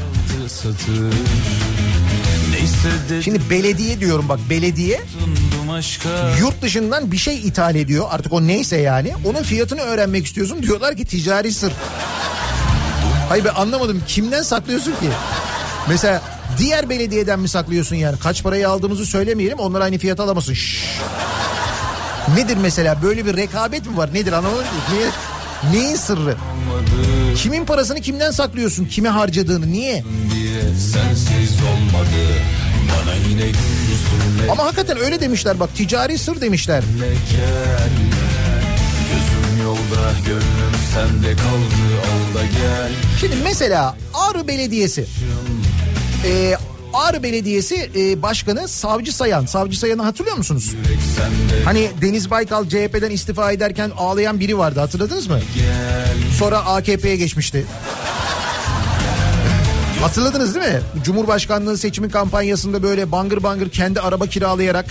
Şimdi belediye diyorum bak, belediye yurt dışından bir şey ithal ediyor. Artık o neyse yani. Onun fiyatını öğrenmek istiyorsun. Diyorlar ki ticari sır. Hayır ben anlamadım. Kimden saklıyorsun ki? Mesela diğer belediyeden mi saklıyorsun yani? Kaç parayı aldığımızı söylemeyelim. Onlar aynı fiyat alamasın. Şşş. Nedir mesela? Böyle bir rekabet mi var? Nedir anlamadım ki. Neyin sırrı? Kimin parasını kimden saklıyorsun? Kime harcadığını? Niye? Sensiz olmadı. Bana yine ama hakikaten öyle demişler bak. Ticari sır demişler. Gözüm yolda, gönlüm sende kaldı. Al da gel. Şimdi mesela Ağrı Belediyesi. Ağrı Belediyesi Başkanı Savcı Sayan. Savcı Sayan'ı hatırlıyor musunuz? Hani Deniz Baykal CHP'den istifa ederken ağlayan biri vardı, hatırladınız mı? Sonra AKP'ye geçmişti. Hatırladınız değil mi? Cumhurbaşkanlığı seçimi kampanyasında böyle bangır bangır kendi araba kiralayarak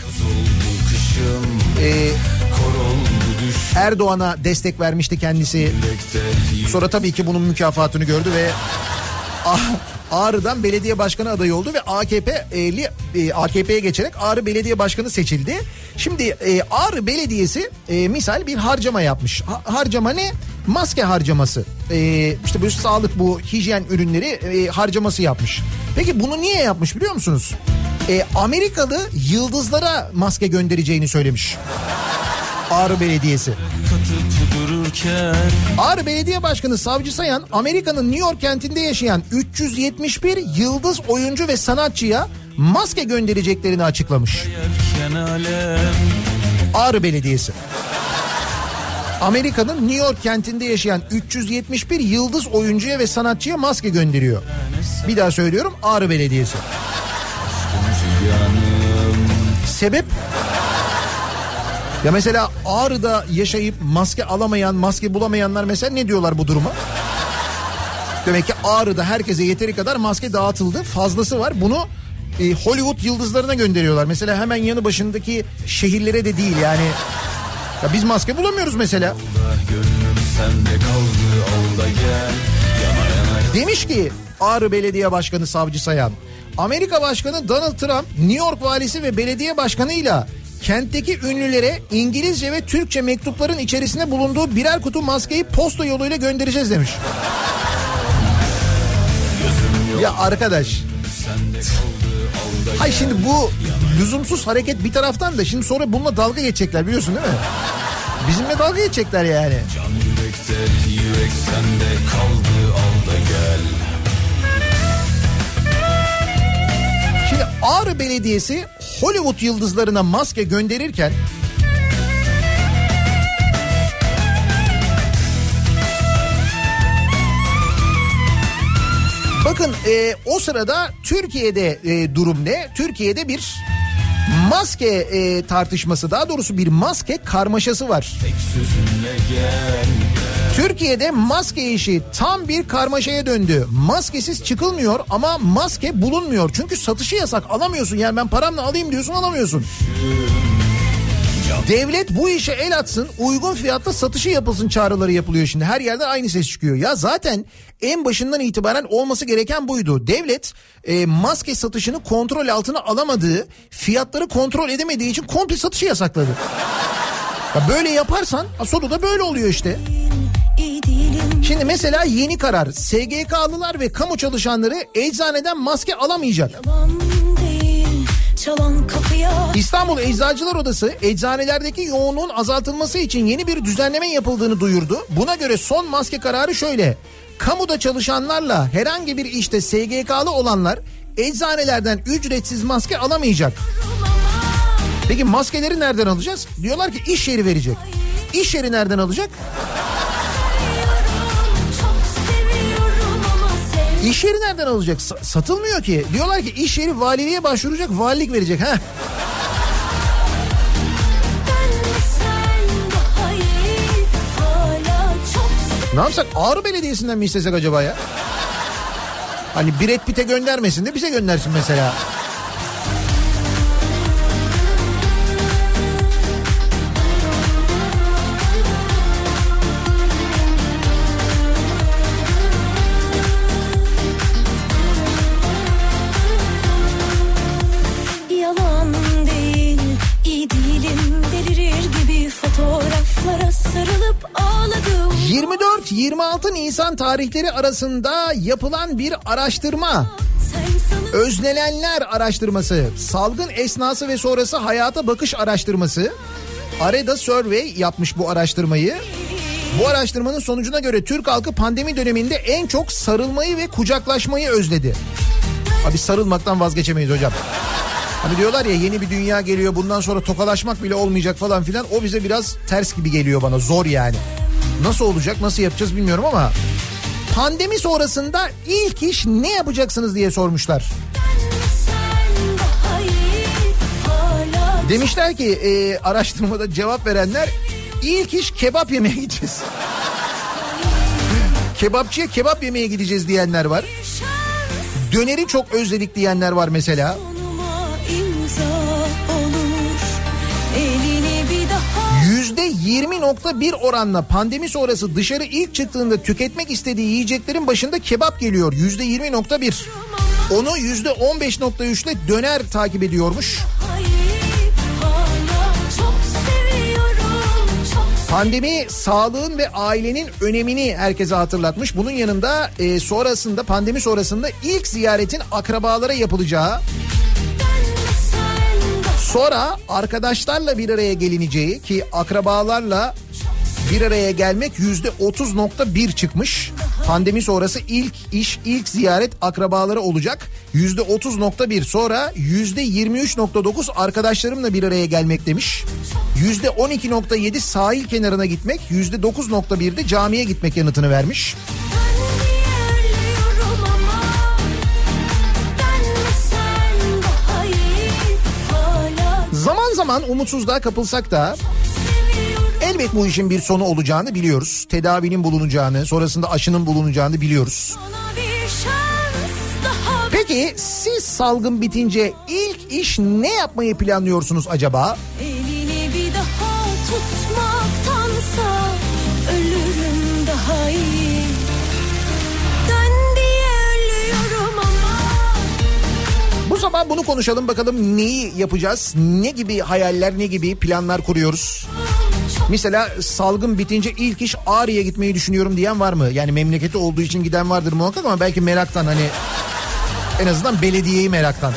Erdoğan'a destek vermişti kendisi. Sonra tabii ki bunun mükafatını gördü ve Ağrı'dan belediye başkanı adayı oldu ve AKP'ye geçerek Ağrı Belediye Başkanı seçildi. Şimdi Ağrı Belediyesi misal bir harcama yapmış. Harcama ne? Maske harcaması. İşte bu sağlık, bu hijyen ürünleri harcaması yapmış. Peki bunu niye yapmış biliyor musunuz? Amerikalı yıldızlara maske göndereceğini söylemiş. Ağrı Belediyesi. Ağrı Belediye Başkanı Savcı Sayan, Amerika'nın New York kentinde yaşayan 371 yıldız oyuncu ve sanatçıya maske göndereceklerini açıklamış. Ağrı Belediyesi. Amerika'nın New York kentinde yaşayan 371 yıldız oyuncuya ve sanatçıya maske gönderiyor. Bir daha söylüyorum, Ağrı Belediyesi. Sebep? Ya mesela Ağrı'da yaşayıp maske alamayan, maske bulamayanlar mesela ne diyorlar bu duruma? Demek ki Ağrı'da herkese yeteri kadar maske dağıtıldı. Fazlası var. Bunu Hollywood yıldızlarına gönderiyorlar. Mesela hemen yanı başındaki şehirlere de değil yani. Ya biz maske bulamıyoruz mesela. Demiş ki Ağrı Belediye Başkanı Savcı Sayan, Amerika Başkanı Donald Trump, New York valisi ve belediye başkanıyla kentteki ünlülere İngilizce ve Türkçe mektupların içerisinde bulunduğu birer kutu maskeyi posta yoluyla göndereceğiz demiş. Ya arkadaş. Hay şimdi bu lüzumsuz hareket bir taraftan da şimdi sonra bununla dalga geçecekler biliyorsun değil mi? Bizimle dalga geçecekler yani. Can yürekte, yürek sende kaldı, al da gel. Şimdi Ağrı Belediyesi Hollywood yıldızlarına maske gönderirken bakın o sırada Türkiye'de durum ne? Türkiye'de bir maske tartışması, daha doğrusu bir maske karmaşası var. Türkiye'de maske işi tam bir karmaşaya döndü. Maskesiz çıkılmıyor ama maske bulunmuyor. Çünkü satışı yasak, alamıyorsun. Yani ben paramla alayım diyorsun, alamıyorsun. Devlet bu işe el atsın, uygun fiyatta satışı yapılsın çağrıları yapılıyor şimdi. Her yerden aynı ses çıkıyor. Ya zaten en başından itibaren olması gereken buydu. Devlet maske satışını kontrol altına alamadığı, fiyatları kontrol edemediği için komple satışı yasakladı. Ya böyle yaparsan sonu da böyle oluyor işte. Şimdi mesela yeni karar, SGK'lılar ve kamu çalışanları eczaneden maske alamayacak. İstanbul Eczacılar Odası eczanelerdeki yoğunluğun azaltılması için yeni bir düzenleme yapıldığını duyurdu. Buna göre son maske kararı şöyle: kamuda çalışanlarla herhangi bir işte SGK'lı olanlar eczanelerden ücretsiz maske alamayacak. Peki maskeleri nereden alacağız? Diyorlar ki iş yeri verecek. İş yeri nereden alacak? İş yeri nereden alacak? Satılmıyor ki. Diyorlar ki iş yeri valiliğe başvuracak, valilik verecek. Heh. Ne yapsak? Ağrı Belediyesi'nden mi istesek acaba ya? Hani Brad Pitt'e göndermesin de bize göndersin mesela. Yalan değil, iyi değilim, delirir gibi fotoğraflara sarılıp ağladım. 24-26 Nisan tarihleri arasında yapılan bir araştırma. Özlenenler araştırması, salgın esnası ve sonrası hayata bakış araştırması. Areda Survey yapmış bu araştırmayı. Bu araştırmanın sonucuna göre Türk halkı pandemi döneminde en çok sarılmayı ve kucaklaşmayı özledi. Abi sarılmaktan vazgeçemeyiz hocam. Hani diyorlar ya yeni bir dünya geliyor, bundan sonra tokalaşmak bile olmayacak falan filan. O bize biraz ters gibi geliyor bana, zor yani. Nasıl olacak, nasıl yapacağız bilmiyorum ama pandemi sonrasında ilk iş ne yapacaksınız diye sormuşlar. Demişler ki araştırmada cevap verenler, ilk iş kebap yemeye gideceğiz. Kebapçıya kebap yemeye gideceğiz diyenler var. Döneri çok özledik diyenler var mesela. %20.1 oranla pandemi sonrası dışarı ilk çıktığında tüketmek istediği yiyeceklerin başında kebap geliyor. %20.1. Onu %15.3 ile döner takip ediyormuş. Pandemi sağlığın ve ailenin önemini herkese hatırlatmış. Bunun yanında sonrasında, pandemi sonrasında ilk ziyaretin akrabalara yapılacağı, sonra arkadaşlarla bir araya gelineceği, ki akrabalarla bir araya gelmek %30.1 çıkmış. Pandemi sonrası ilk iş, ilk ziyaret akrabalara olacak. %30.1, sonra %23.9 arkadaşlarımla bir araya gelmek demiş. %12.7 sahil kenarına gitmek, %9.1 de camiye gitmek yanıtını vermiş. Zaman zaman umutsuzluğa kapılsak da elbet bu işin bir sonu olacağını biliyoruz. Tedavinin bulunacağını, sonrasında aşının bulunacağını biliyoruz. Peki siz salgın bitince ilk iş ne yapmayı planlıyorsunuz acaba? Elini bir daha tutmaktansa ölürüm daha iyi. Dön diye ölüyorum ama. Bu sabah bunu konuşalım, bakalım neyi yapacağız? Ne gibi hayaller, ne gibi planlar kuruyoruz? Mesela salgın bitince ilk iş Ağrı'ya gitmeyi düşünüyorum diyen var mı? Yani memleketi olduğu için giden vardır muhakkak ama belki meraktan, hani en azından belediyeyi meraktan.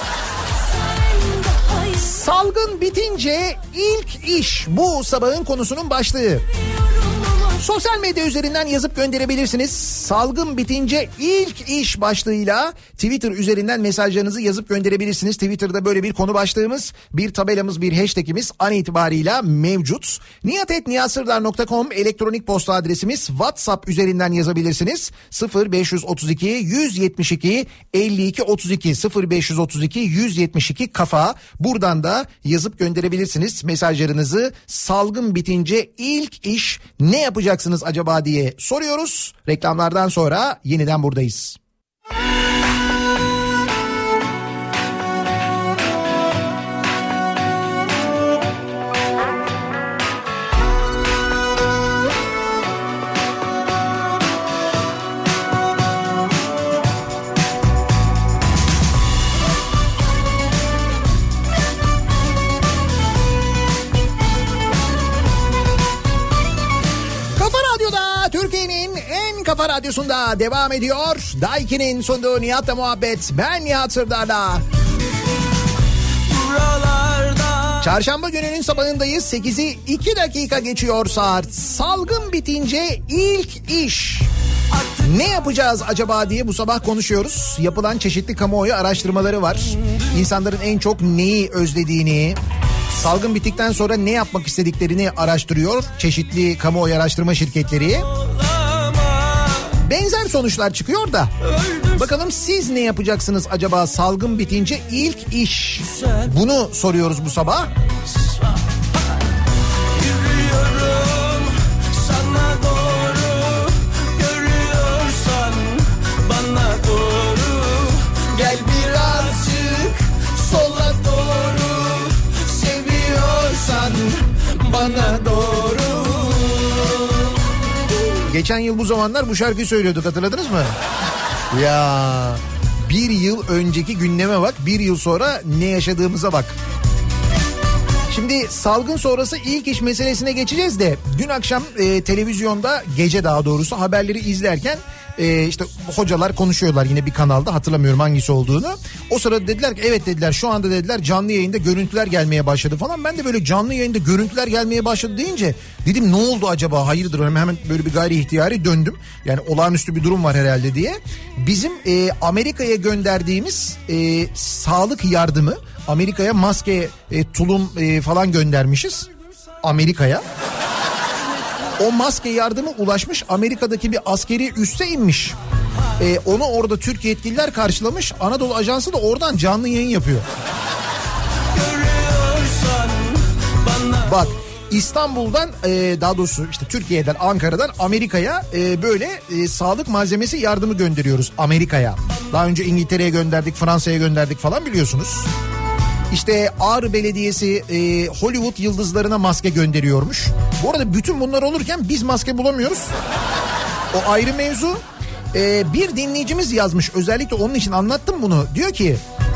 Salgın bitince ilk iş, bu sabahın konusunun başlığı. Sosyal medya üzerinden yazıp gönderebilirsiniz. Salgın bitince ilk iş başlığıyla Twitter üzerinden mesajlarınızı yazıp gönderebilirsiniz. Twitter'da böyle bir konu başlığımız, bir tabelamız, bir hashtagimiz an itibarıyla mevcut. niyatetniyatsırdar.com elektronik posta adresimiz. WhatsApp üzerinden yazabilirsiniz. 0532 172 52 32 0532 172 kafa. Buradan da yazıp gönderebilirsiniz mesajlarınızı. Salgın bitince ilk iş ne yapacaksınız acaba diye soruyoruz. Reklamlardan sonra yeniden buradayız. Kafa Radyosu'nda devam ediyor. Daiki'nin sunduğu Nihat'la muhabbet. Ben Nihat Sırdar'la. Çarşamba gününün sabahındayız. 8'i 2 dakika geçiyor saat. Salgın bitince ilk iş ne yapacağız acaba diye bu sabah konuşuyoruz. Yapılan çeşitli kamuoyu araştırmaları var. İnsanların en çok neyi özlediğini, Salgın bittikten sonra ne yapmak istediklerini araştırıyor çeşitli kamuoyu araştırma şirketleri. Benzer sonuçlar çıkıyor da. Bakalım siz ne yapacaksınız acaba salgın bitince ilk iş? Bunu soruyoruz bu sabah. Yürüyorum sana doğru, görüyorsan bana doğru. Gel birazcık sola doğru, seviyorsan bana doğru. Geçen yıl bu zamanlar bu şarkıyı söylüyorduk, hatırladınız mı? Ya bir yıl önceki gündeme bak, bir yıl sonra ne yaşadığımıza bak. Şimdi salgın sonrası ilk iş meselesine geçeceğiz de dün akşam televizyonda, gece daha doğrusu haberleri izlerken işte hocalar konuşuyorlar yine bir kanalda, hatırlamıyorum hangisi olduğunu. O sırada dediler ki evet dediler, şu anda dediler canlı yayında görüntüler gelmeye başladı falan. Ben de böyle canlı yayında görüntüler gelmeye başladı deyince dedim ne oldu acaba, hayırdır, hemen böyle bir gayri ihtiyari döndüm. Yani olağanüstü bir durum var herhalde diye. Bizim Amerika'ya gönderdiğimiz sağlık yardımı, Amerika'ya maske, tulum falan göndermişiz Amerika'ya. O maske yardımı ulaşmış, Amerika'daki bir askeri üsse inmiş. Onu orada Türk yetkililer karşılamış. Anadolu Ajansı da oradan canlı yayın yapıyor. Bak İstanbul'dan daha doğrusu işte Türkiye'den, Ankara'dan Amerika'ya böyle sağlık malzemesi yardımı gönderiyoruz Amerika'ya. Daha önce İngiltere'ye gönderdik, Fransa'ya gönderdik falan, biliyorsunuz. İşte Ağrı Belediyesi Hollywood yıldızlarına maske gönderiyormuş. Bu arada bütün bunlar olurken biz maske bulamıyoruz. O ayrı mevzu. Bir dinleyicimiz yazmış, özellikle onun için anlattım bunu. Diyor ki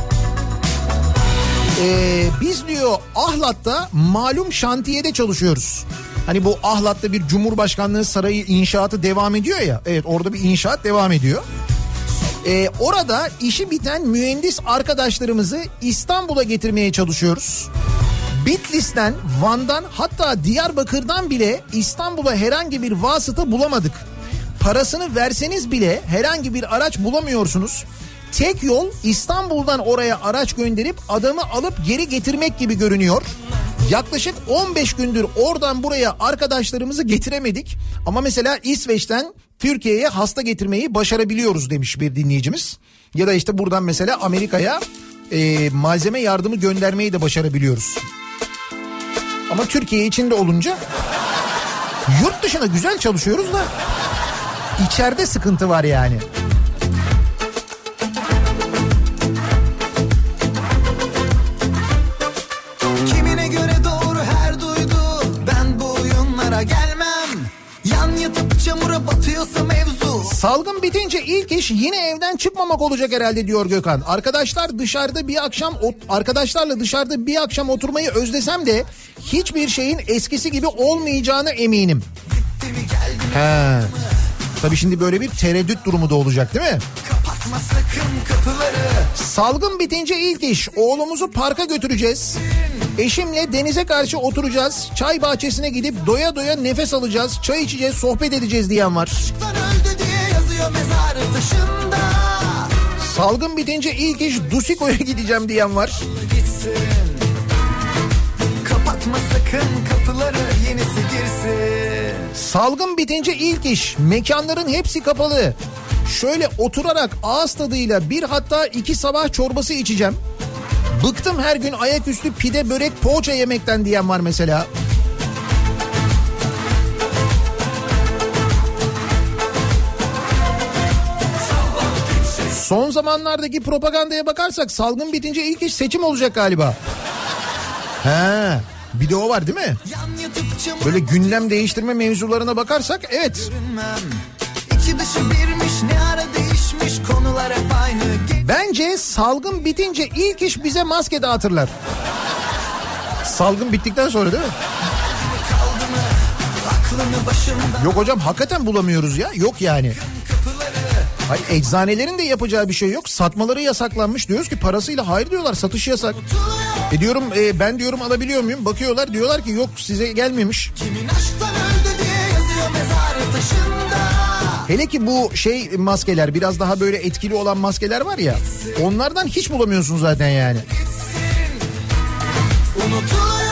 biz diyor Ahlat'ta malum şantiyede çalışıyoruz. Hani bu Ahlat'ta bir Cumhurbaşkanlığı Sarayı inşaatı devam ediyor ya. Evet, orada bir inşaat devam ediyor. Orada işi biten mühendis arkadaşlarımızı İstanbul'a getirmeye çalışıyoruz. Bitlis'ten, Van'dan, hatta Diyarbakır'dan bile İstanbul'a herhangi bir vasıta bulamadık. Parasını verseniz bile herhangi bir araç bulamıyorsunuz. Tek yol İstanbul'dan oraya araç gönderip adamı alıp geri getirmek gibi görünüyor. Yaklaşık 15 gündür oradan buraya arkadaşlarımızı getiremedik. Ama mesela İsveç'ten Türkiye'ye hasta getirmeyi başarabiliyoruz demiş bir dinleyicimiz. Ya da işte buradan mesela Amerika'ya malzeme yardımı göndermeyi de başarabiliyoruz. Ama Türkiye içinde olunca yurt dışına güzel çalışıyoruz da içeride sıkıntı var yani. Kimine göre doğru her duygu, ben bu oyunlara gelmem. Yan yatıp çamura batıyorsa mevzu. Salgın bitince ilk iş yine evden çıkmamak olacak herhalde diyor Gökhan. Arkadaşlarla dışarıda bir akşam oturmayı özlesem de hiçbir şeyin eskisi gibi olmayacağına eminim. He. Tabii şimdi böyle bir tereddüt durumu da olacak değil mi? Kapatma sakın kapıları. Salgın bitince ilk iş oğlumuzu parka götüreceğiz. Eşimle denize karşı oturacağız. Çay bahçesine gidip doya doya nefes alacağız. Çay içeceğiz, sohbet edeceğiz diyen var. Öldü diye yazıyor mezarı dışında. Salgın bitince ilk iş Dusiko'ya gideceğim diyen var. Gitsin. Kapatma sakın kapıları, yenisi girsin. Salgın bitince ilk iş mekanların hepsi kapalı. Şöyle oturarak ağız tadıyla bir hatta 2 sabah çorbası içeceğim. Bıktım her gün ayaküstü pide, börek, poğaça yemekten diyen var mesela. Son zamanlardaki propagandaya bakarsak salgın bitince ilk iş seçim olacak galiba. He, bir de o var değil mi? Böyle gündem değiştirme mevzularına bakarsak evet. İçi dışı birmiş, ne ara değişmiş, konular hep aynı. Bence salgın bitince ilk iş bize maske dağıtırlar. Salgın bittikten sonra değil mi? Yok hocam, hakikaten bulamıyoruz ya. Yok yani. Hayır, eczanelerin de yapacağı bir şey yok. Satmaları yasaklanmış. Diyoruz ki parasıyla, hayır diyorlar, satış yasak. Diyorum ben diyorum alabiliyor muyum? Bakıyorlar, diyorlar ki yok, size gelmemiş. Kimin aşktan öldü diye yazıyor mezarı taşında. Hele ki bu maskeler, biraz daha böyle etkili olan maskeler var ya, onlardan hiç bulamıyorsun zaten yani. Unutuluyor.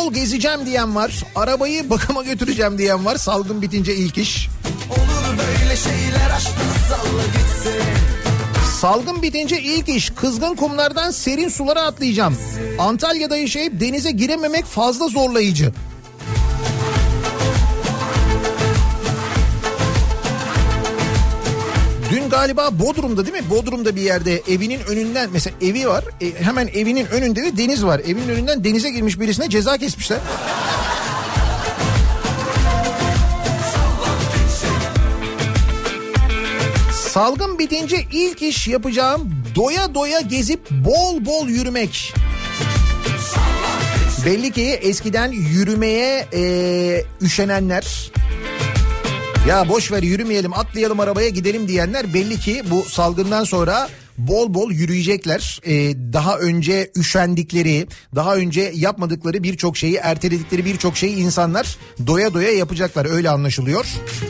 bol gezeceğim diyen var. Arabayı bakıma götüreceğim diyen var. Salgın bitince ilk iş. Olur böyle şeyler, aşkını salla gitsin. Salgın bitince ilk iş, kızgın kumlardan serin sulara atlayacağım. Antalya'da yaşayıp denize girememek fazla zorlayıcı. Dün galiba Bodrum'da değil mi? Bodrum'da bir yerde evinin önünden, mesela evi var. Hemen evinin önünde de deniz var. Evinin önünden denize girmiş birisine ceza kesmişler. Salgın bitince ilk iş yapacağım doya doya gezip bol bol yürümek. Belli ki eskiden yürümeye üşenenler, ya boş ver yürümeyelim atlayalım arabaya gidelim diyenler belli ki bu salgından sonra bol bol yürüyecekler. Daha önce üşendikleri, daha önce yapmadıkları birçok şeyi, erteledikleri birçok şeyi insanlar doya doya yapacaklar, öyle anlaşılıyor.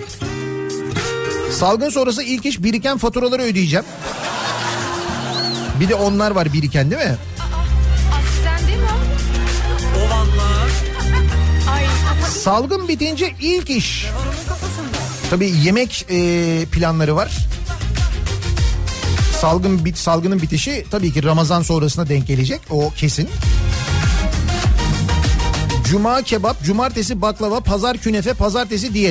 Salgın sonrası ilk iş biriken faturaları ödeyeceğim. Bir de onlar var biriken, değil mi? Sen değil mi? O vallahi. Salgın bitince ilk iş. Tabii yemek planları var. Salgının bitişi tabii ki Ramazan sonrasına denk gelecek, o kesin. Cuma kebap, cumartesi baklava, pazar künefe, pazartesi diyet.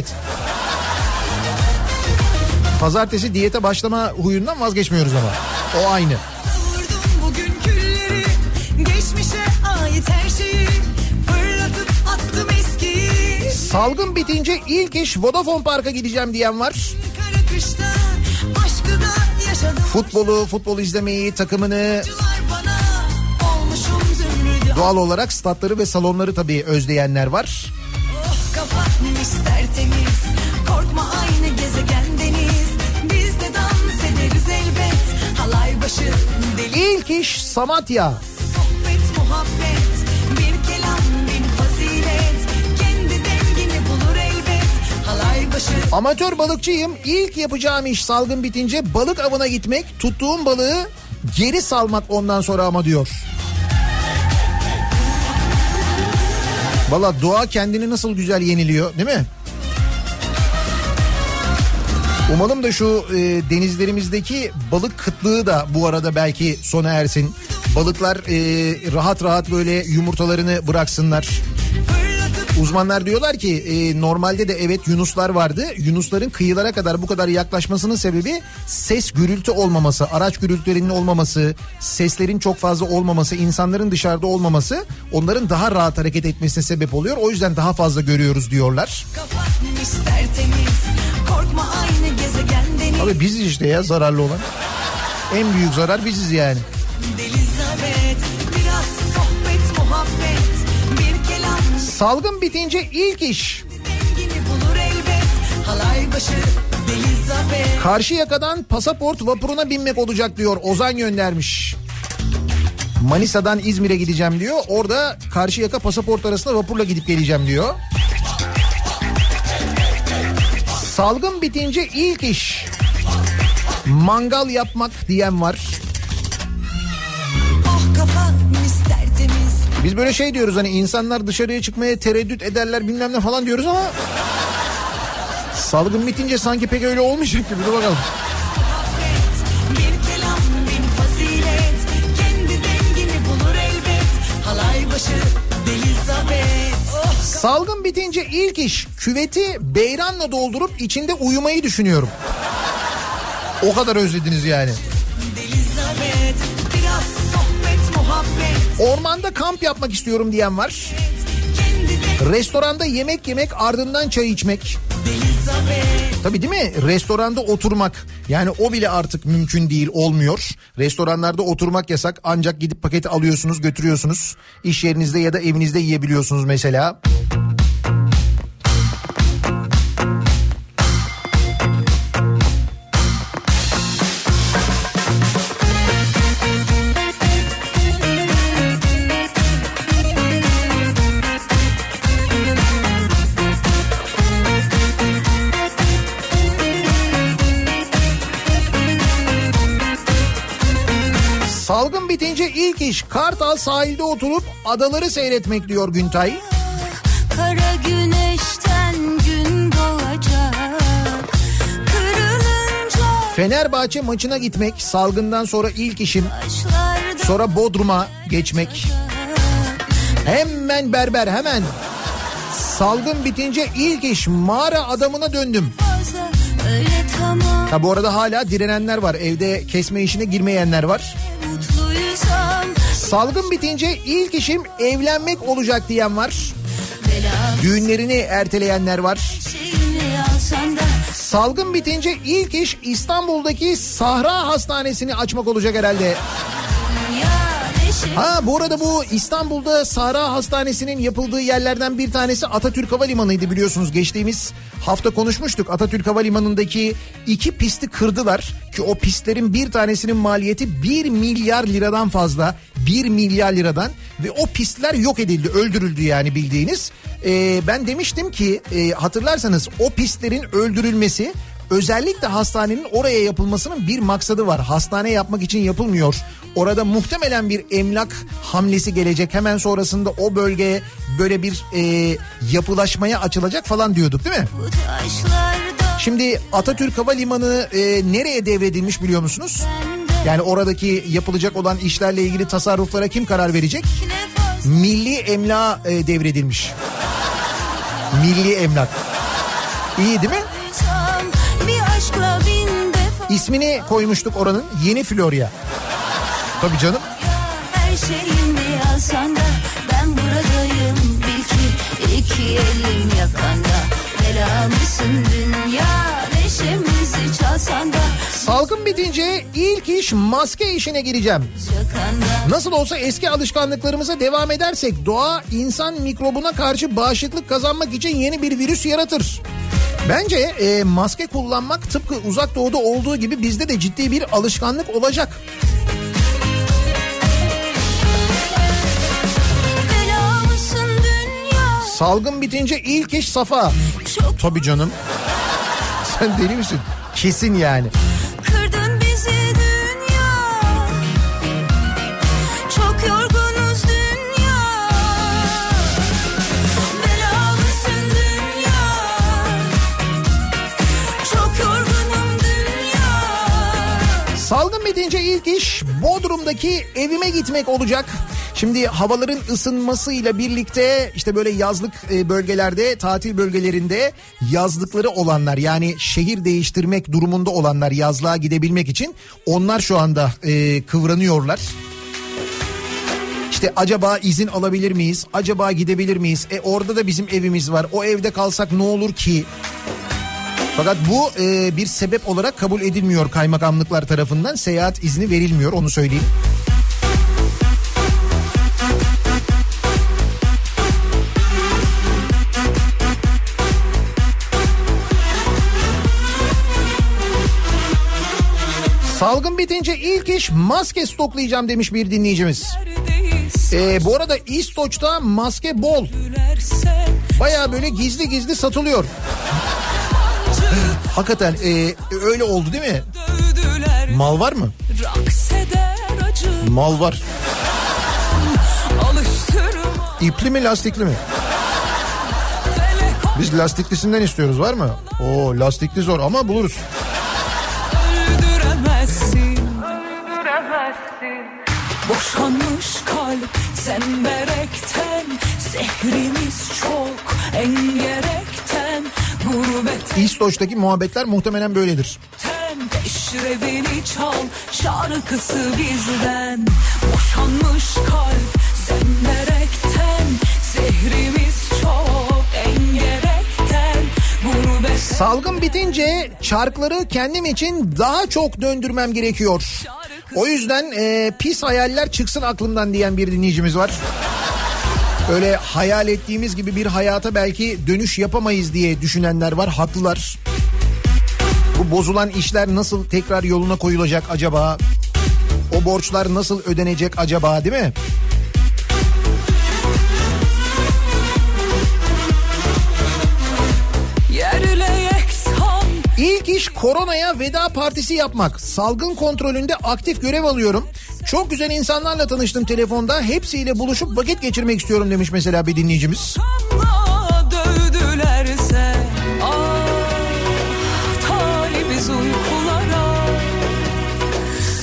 Pazartesi diyete başlama huyundan vazgeçmiyoruz ama. O aynı. Vurdum bugün külleri, geçmişe ait her şeyi fırlatıp attım eskiyi. Salgın bitince ilk iş Vodafone Park'a gideceğim diyen var. Kara kışta aşkı da yaşadım. Futbolu izlemeyi, takımını, Bana olmuşum zümrüdü. doğal olarak statları ve salonları tabii özleyenler var. Oh, kapatmış tertemiz, korkma aynı gezegendeniz. Biz de dans ederiz elbet, halay başı deli. İlk iş Samatya. Sohbet muhabbet, bir kelam bin fazilet. Kendi dengini bulur elbet, halay başı. Amatör balıkçıyım. İlk yapacağım iş salgın bitince balık avına gitmek, tuttuğum balığı geri salmak ondan sonra ama diyor. Valla doğa kendini nasıl güzel yeniliyor, değil mi? Umalım da şu denizlerimizdeki balık kıtlığı da bu arada belki sona ersin. Balıklar rahat rahat böyle yumurtalarını bıraksınlar. Uzmanlar diyorlar ki normalde de evet yunuslar vardı. Yunusların kıyılara kadar bu kadar yaklaşmasının sebebi ses gürültü olmaması, araç gürültülerinin olmaması, seslerin çok fazla olmaması, insanların dışarıda olmaması onların daha rahat hareket etmesine sebep oluyor. O yüzden daha fazla görüyoruz diyorlar. Kapatmış tertemiz, korkma aynı gezegendeniz. Abi biziz işte ya zararlı olan. En büyük zarar biziz yani. Elizabeth, biraz sohbet muhabbet, bir kelam Salgın bitince ilk iş dengini bulur elbet, halay başı Elizabeth. Karşıyaka'dan pasaport vapuruna binmek olacak diyor. Ozan göndermiş. Manisa'dan İzmir'e gideceğim diyor. Orada Karşıyaka pasaport arasında vapurla gidip geleceğim diyor. Salgın bitince ilk iş mangal yapmak diyen var. Oh kafanız tertemiz. Biz böyle şey diyoruz, hani insanlar dışarıya çıkmaya tereddüt ederler bilmem ne falan diyoruz ama salgın bitince sanki pek öyle olmayacak gibi. Dur bakalım. Bir kelam bin fazilet, kendi dengini bulur elbet, halay başı Elizabeth. Oh Salgın bitince ilk iş küveti beyranla doldurup içinde uyumayı düşünüyorum. O kadar özlediniz yani. Elizabeth, biraz sohbet muhabbet, Ormanda kamp yapmak istiyorum diyen var. kendi Restoranda yemek yemek, ardından çay içmek. Elizabeth. Tabii değil mi? Restoranda oturmak. Yani o bile artık mümkün değil, olmuyor. Restoranlarda oturmak yasak. Ancak gidip paketi alıyorsunuz, götürüyorsunuz. İş yerinizde ya da evinizde yiyebiliyorsunuz mesela. Salgın bitince ilk iş Kartal sahilde oturup adaları seyretmek diyor Güntay. Fenerbahçe maçına gitmek, salgından sonra ilk işim. Sonra Bodrum'a geçmek. Hemen berber, hemen. Salgın bitince ilk iş mağara adamına döndüm. Ha, bu arada hala direnenler var. Evde kesme işine girmeyenler var. Salgın bitince ilk işim evlenmek olacak diyen var. Düğünlerini erteleyenler var. Salgın bitince ilk iş İstanbul'daki Sahra Hastanesi'ni açmak olacak herhalde. Ha, bu arada bu İstanbul'da Sahra Hastanesi'nin yapıldığı yerlerden bir tanesi Atatürk Havalimanı'ydı, biliyorsunuz. Geçtiğimiz hafta konuşmuştuk. Atatürk Havalimanı'ndaki 2 pisti kırdılar ki o pistlerin bir tanesinin maliyeti 1 milyar liradan fazla. 1 milyar liradan ve o pistler yok edildi, öldürüldü yani, bildiğiniz. Ben demiştim ki hatırlarsanız o pistlerin öldürülmesi özellikle hastanenin oraya yapılmasının bir maksadı var. Hastane yapmak için yapılmıyor. Orada muhtemelen bir emlak hamlesi gelecek. Hemen sonrasında o bölge böyle bir yapılaşmaya açılacak falan diyorduk, değil mi? Şimdi Atatürk Havalimanı nereye devredilmiş biliyor musunuz? Yani oradaki yapılacak olan işlerle ilgili tasarruflara kim karar verecek? Milli Emlak'a devredilmiş. Milli Emlak. İyi değil mi? İsmini koymuştuk oranın, Yeni Florya. Tabii canım. Her şeyimi alsan da ben buradayım, bil ki 2 elim yakanda. Bela mısın dünya, neşemizi çalsan da. Salgın bitince ilk iş maske işine gireceğim. Nasıl olsa eski alışkanlıklarımıza devam edersek doğa insan mikrobuna karşı bağışıklık kazanmak için yeni bir virüs yaratır. Bence maske kullanmak tıpkı Uzak Doğu'da olduğu gibi bizde de ciddi bir alışkanlık olacak. Salgın bitince ilk iş Safa. Tabii canım. Sen deli misin? Kesin yani. Kırdın bizi dünya, çok yorgunuz dünya. Belalısın dünya, çok yorgunum dünya. Salgın bitince ilk iş Bodrum'daki evime gitmek olacak. Şimdi havaların ısınmasıyla birlikte işte böyle yazlık bölgelerde, tatil bölgelerinde yazlıkları olanlar, yani şehir değiştirmek durumunda olanlar, yazlığa gidebilmek için onlar şu anda kıvranıyorlar. İşte acaba izin alabilir miyiz? Acaba gidebilir miyiz? Orada da bizim evimiz var. O evde kalsak ne olur ki? Fakat bu bir sebep olarak kabul edilmiyor kaymakamlıklar tarafından. Seyahat izni verilmiyor, onu söyleyeyim. Salgın bitince ilk iş maske stoklayacağım demiş bir dinleyicimiz. Bu arada İstoç'ta maske bol. Baya böyle gizli gizli satılıyor. Hakikaten öyle oldu değil mi? Mal var mı? Mal var. İpli mi, lastikli mi? Biz lastiklisinden istiyoruz, var mı? Oo, lastikli zor ama buluruz. Boşanmış kalp zemberekten, zehrimiz çok engerekten, gurbet. İstoç'taki muhabbetler muhtemelen böyledir. Peşrevini çal, şarkısı bizden. Boşanmış kalp zemberekten, zehrimiz çok engerekten, gurbet. Salgın bitince çarkları kendim için daha çok döndürmem gerekiyor. O yüzden pis hayaller çıksın aklımdan diyen bir dinleyicimiz var. Öyle hayal ettiğimiz gibi bir hayata belki dönüş yapamayız diye düşünenler var, haklılar. Bu bozulan işler nasıl tekrar yoluna koyulacak acaba? O borçlar nasıl ödenecek acaba, değil mi? İlk iş koronaya veda partisi yapmak. Salgın kontrolünde aktif görev alıyorum. Çok güzel insanlarla tanıştım telefonda. Hepsiyle buluşup vakit geçirmek istiyorum demiş mesela bir dinleyicimiz. Dövdülerse, talibiz uykulara.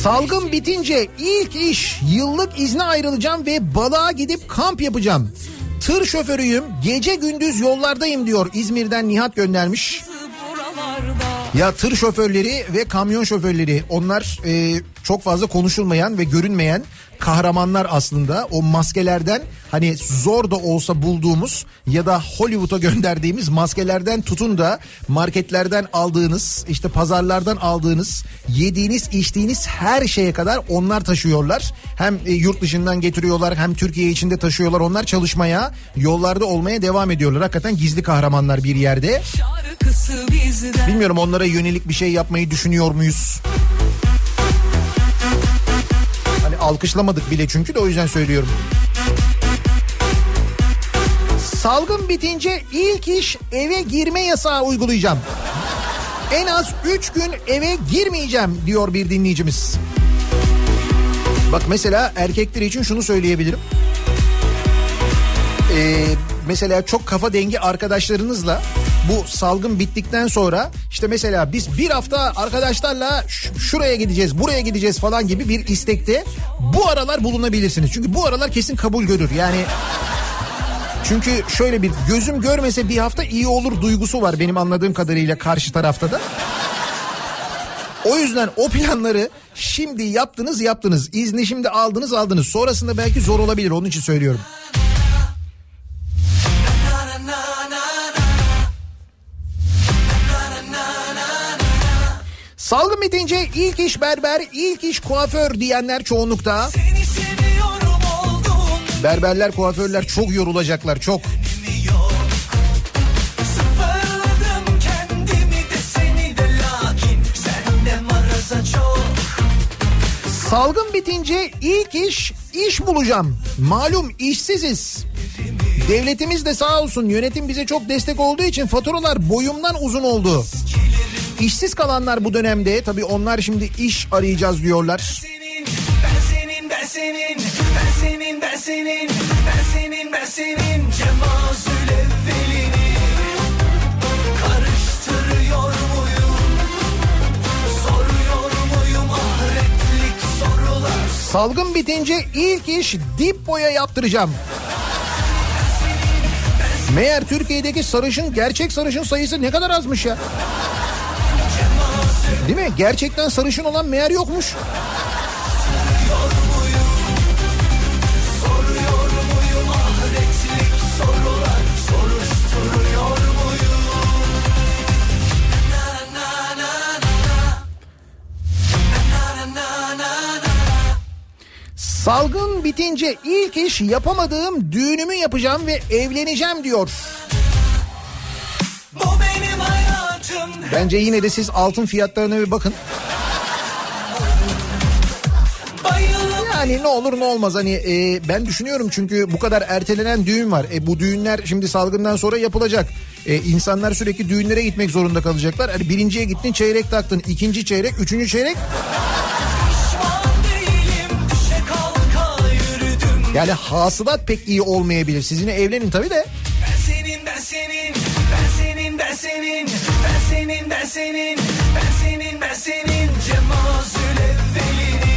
Salgın bitince ilk iş yıllık izne ayrılacağım ve balığa gidip kamp yapacağım. Tır şoförüyüm, gece gündüz yollardayım diyor. İzmir'den Nihat göndermiş. Ya tır şoförleri ve kamyon şoförleri, onlar çok fazla konuşulmayan ve görünmeyen kahramanlar aslında. O maskelerden, hani zor da olsa bulduğumuz ya da Hollywood'a gönderdiğimiz maskelerden tutun da marketlerden aldığınız, işte pazarlardan aldığınız, yediğiniz içtiğiniz her şeye kadar onlar taşıyorlar. Hem yurt dışından getiriyorlar hem Türkiye içinde taşıyorlar. Onlar çalışmaya, yollarda olmaya devam ediyorlar. Hakikaten gizli kahramanlar bir yerde. Bilmiyorum, onlara yönelik bir şey yapmayı düşünüyor muyuz? Hani alkışlamadık bile çünkü de, o yüzden söylüyorum. Salgın bitince ilk iş eve girme yasağı uygulayacağım. En az 3 gün eve girmeyeceğim diyor bir dinleyicimiz. Bak mesela erkekler için şunu söyleyebilirim. Mesela çok kafa dengi arkadaşlarınızla bu salgın bittikten sonra işte mesela biz bir hafta arkadaşlarla şuraya gideceğiz, buraya gideceğiz falan gibi bir istekte bu aralar bulunabilirsiniz. Çünkü bu aralar kesin kabul görür. Yani çünkü şöyle bir gözüm görmese bir hafta iyi olur duygusu var benim anladığım kadarıyla karşı tarafta da. O yüzden o planları şimdi yaptınız. İzni şimdi aldınız. Sonrasında belki zor olabilir, onun için söylüyorum. Salgın bitince ilk iş berber, ilk iş kuaför diyenler çoğunlukta. Berberler, kuaförler çok yorulacaklar, çok. Salgın bitince ilk iş bulacağım. Malum işsiziz. Devletimiz de sağ olsun, yönetim bize çok destek olduğu için faturalar boyumdan uzun oldu. İşsiz kalanlar bu dönemde tabii, onlar şimdi iş arayacağız diyorlar. Ben senin cemazül evvelini karıştırıyor muyum? Soruyor muyum ahiretlik sorular? Salgın bitince ilk iş dip boya yaptıracağım. Meğer Türkiye'deki gerçek sarışın sayısı ne kadar azmış ya. Değil mi? Gerçekten sarışın olan meğer yokmuş. Salgın bitince ilk iş yapamadığım düğünümü yapacağım ve evleneceğim diyor. Bu benim hayatım. Bence yine de siz altın fiyatlarına bir bakın. Yani ne olur ne olmaz, hani ben düşünüyorum çünkü bu kadar ertelenen düğün var. Bu düğünler şimdi salgından sonra yapılacak. İnsanlar sürekli düğünlere gitmek zorunda kalacaklar. Hani birinciye gittin çeyrek taktın, ikinci çeyrek, üçüncü çeyrek. Yani hasılat pek iyi olmayabilir. Siz yine evlenin tabii de. Ben senin cemazül evvelini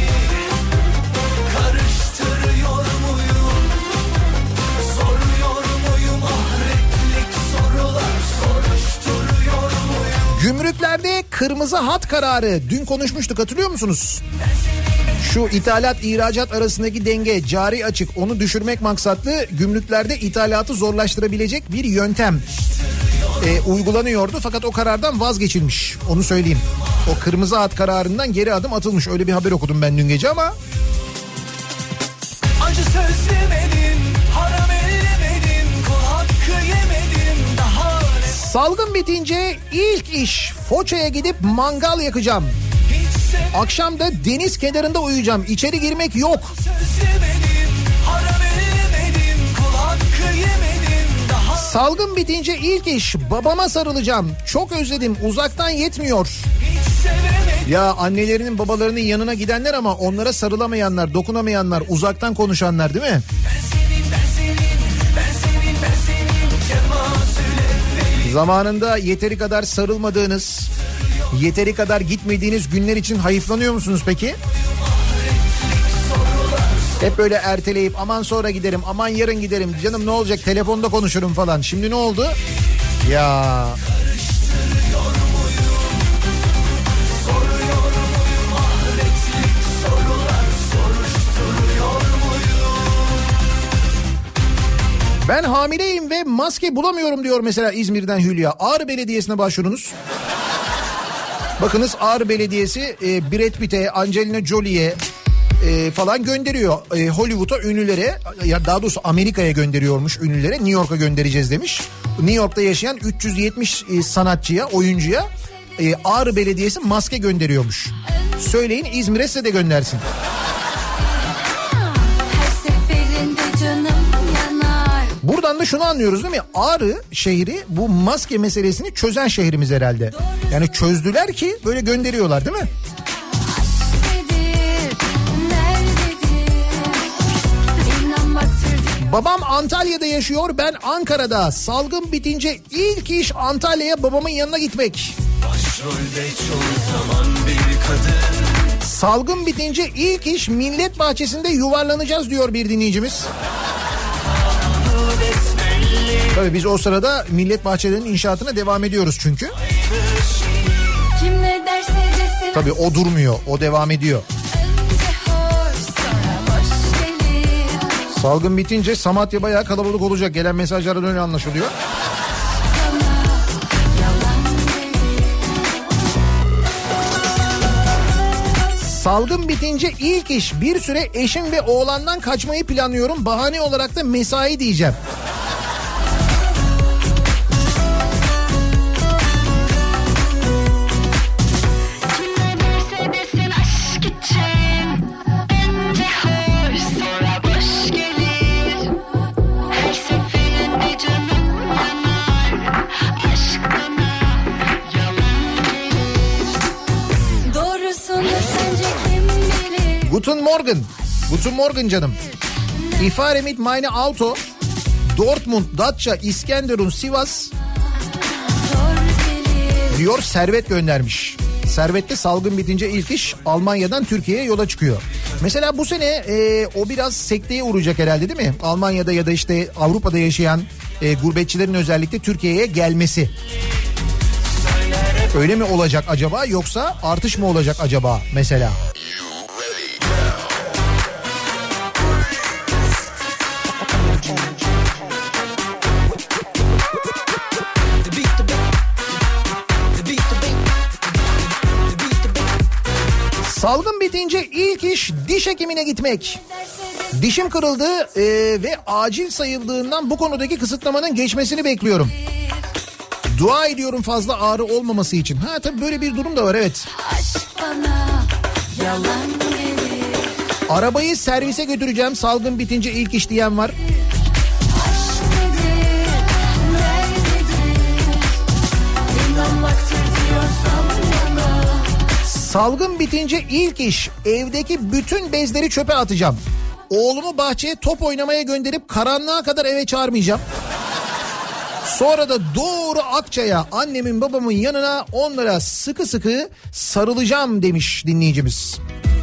karıştırıyor muyum? Soruyor muyum ahiretlik sorular, soruşturuyor muyum? Gümrüklerde kırmızı hat kararı dün konuşmuştuk, hatırlıyor musunuz? Şu ithalat ihracat arasındaki denge, cari açık, onu düşürmek maksatlı gümrüklerde ithalatı zorlaştırabilecek bir yöntem uygulanıyordu. Fakat o karardan vazgeçilmiş, onu söyleyeyim. O kırmızı hat kararından geri adım atılmış, öyle bir haber okudum ben dün gece ama. Acı söz demedim, haram ellemedim, kul hakkı yemedim daha. Salgın bitince ilk iş Foça'ya gidip mangal yakacağım. Akşam da deniz kenarında uyuyacağım. İçeri girmek yok. Salgın bitince ilk iş babama sarılacağım. Çok özledim, uzaktan yetmiyor. Ya annelerinin babalarının yanına gidenler ama onlara sarılamayanlar, dokunamayanlar, uzaktan konuşanlar değil mi? Zamanında yeteri kadar sarılmadığınız, Yeteri kadar gitmediğiniz günler için hayıflanıyor musunuz peki? Hep böyle erteleyip aman sonra giderim, aman yarın giderim, canım ne olacak telefonda konuşurum falan. Şimdi ne oldu? Ya... Ben hamileyim ve maske bulamıyorum diyor mesela İzmir'den Hülya. Ağrı Belediyesi'ne başvurunuz. Bakınız Ağrı Belediyesi Brad Pitt'e, Angelina Jolie'ye falan gönderiyor. Hollywood'a ünlülere, ya daha doğrusu Amerika'ya gönderiyormuş ünlülere. New York'a göndereceğiz demiş. New York'ta yaşayan 370 sanatçıya, oyuncuya Ağrı Belediyesi maske gönderiyormuş. Söyleyin İzmir'e size de göndersin. Buradan da şunu anlıyoruz değil mi? Ağrı şehri bu maske meselesini çözen şehrimiz herhalde. Yani çözdüler ki böyle gönderiyorlar değil mi? Babam Antalya'da yaşıyor, ben Ankara'da. Salgın bitince ilk iş Antalya'ya babamın yanına gitmek. Salgın bitince ilk iş Millet Bahçesi'nde yuvarlanacağız diyor bir dinleyicimiz. Tabii biz o sırada Millet Bahçelerinin inşaatına devam ediyoruz çünkü. Kim ne derse desin. Tabii o durmuyor, o devam ediyor. Salgın bitince Samatya bayağı kalabalık olacak. Gelen mesajlardan öyle anlaşılıyor. Salgın bitince ilk iş bir süre eşim ve oğlandan kaçmayı planlıyorum. Bahane olarak da mesai diyeceğim. Guten Morgen. Guten Morgen canım. Ich fahre mit meine Auto. Dortmund, Datça, İskenderun, Sivas. Diyor Servet göndermiş. Servet'te salgın bitince ilk iş Almanya'dan Türkiye'ye yola çıkıyor. Mesela bu sene o biraz sekteye uğrayacak herhalde değil mi? Almanya'da ya da işte Avrupa'da yaşayan gurbetçilerin özellikle Türkiye'ye gelmesi. Öyle mi olacak acaba, yoksa artış mı olacak acaba mesela? Salgın bitince ilk iş diş hekimine gitmek. Dişim kırıldı ve acil sayıldığından bu konudaki kısıtlamanın geçmesini bekliyorum. Dua ediyorum fazla ağrı olmaması için. Ha tabii böyle bir durum da var, evet. Arabayı servise götüreceğim salgın bitince ilk iş diyen var. Salgın bitince ilk iş evdeki bütün bezleri çöpe atacağım. Oğlumu bahçeye top oynamaya gönderip karanlığa kadar eve çağırmayacağım. Sonra da doğru Akçay'a, annemin babamın yanına, onlara sıkı sıkı sarılacağım demiş dinleyicimiz.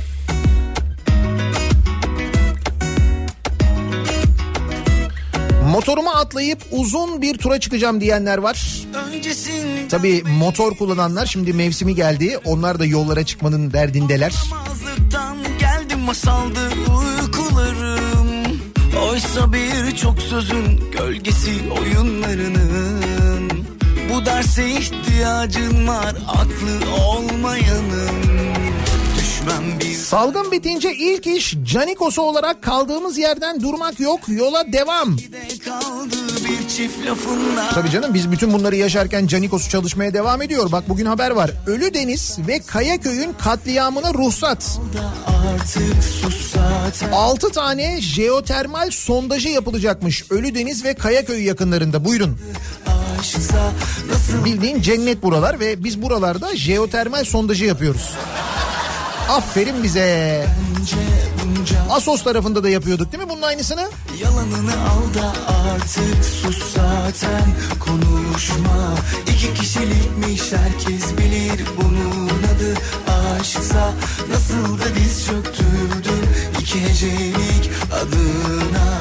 Motoruma atlayıp uzun bir tura çıkacağım diyenler var. Tabii motor kullananlar şimdi mevsimi geldi. Onlar da yollara çıkmanın derdindeler. Geldim masaldı uykularım. Oysa birçok sözün gölgesi oyunlarının. Bu derse ihtiyacın var aklı olmayanın. Salgın bitince ilk iş Canikos'u olarak kaldığımız yerden durmak yok, yola devam. Tabii canım, biz bütün bunları yaşarken Canikos'u çalışmaya devam ediyor. Bak bugün haber var. Ölüdeniz ve Kayaköy'ün katliamına ruhsat. 6 tane jeotermal sondajı yapılacakmış Ölüdeniz ve Kayaköy yakınlarında. Buyurun. Bildiğin cennet buralar ve biz buralarda jeotermal sondajı yapıyoruz. Aferin bize. Asos tarafında da yapıyorduk değil mi bunun aynısını? Yalanını al da artık sus zaten konuşma. İki kişilikmiş herkes bilir bunun adı aşksa. Nasıl da diz çöktürdün iki hecelik adına.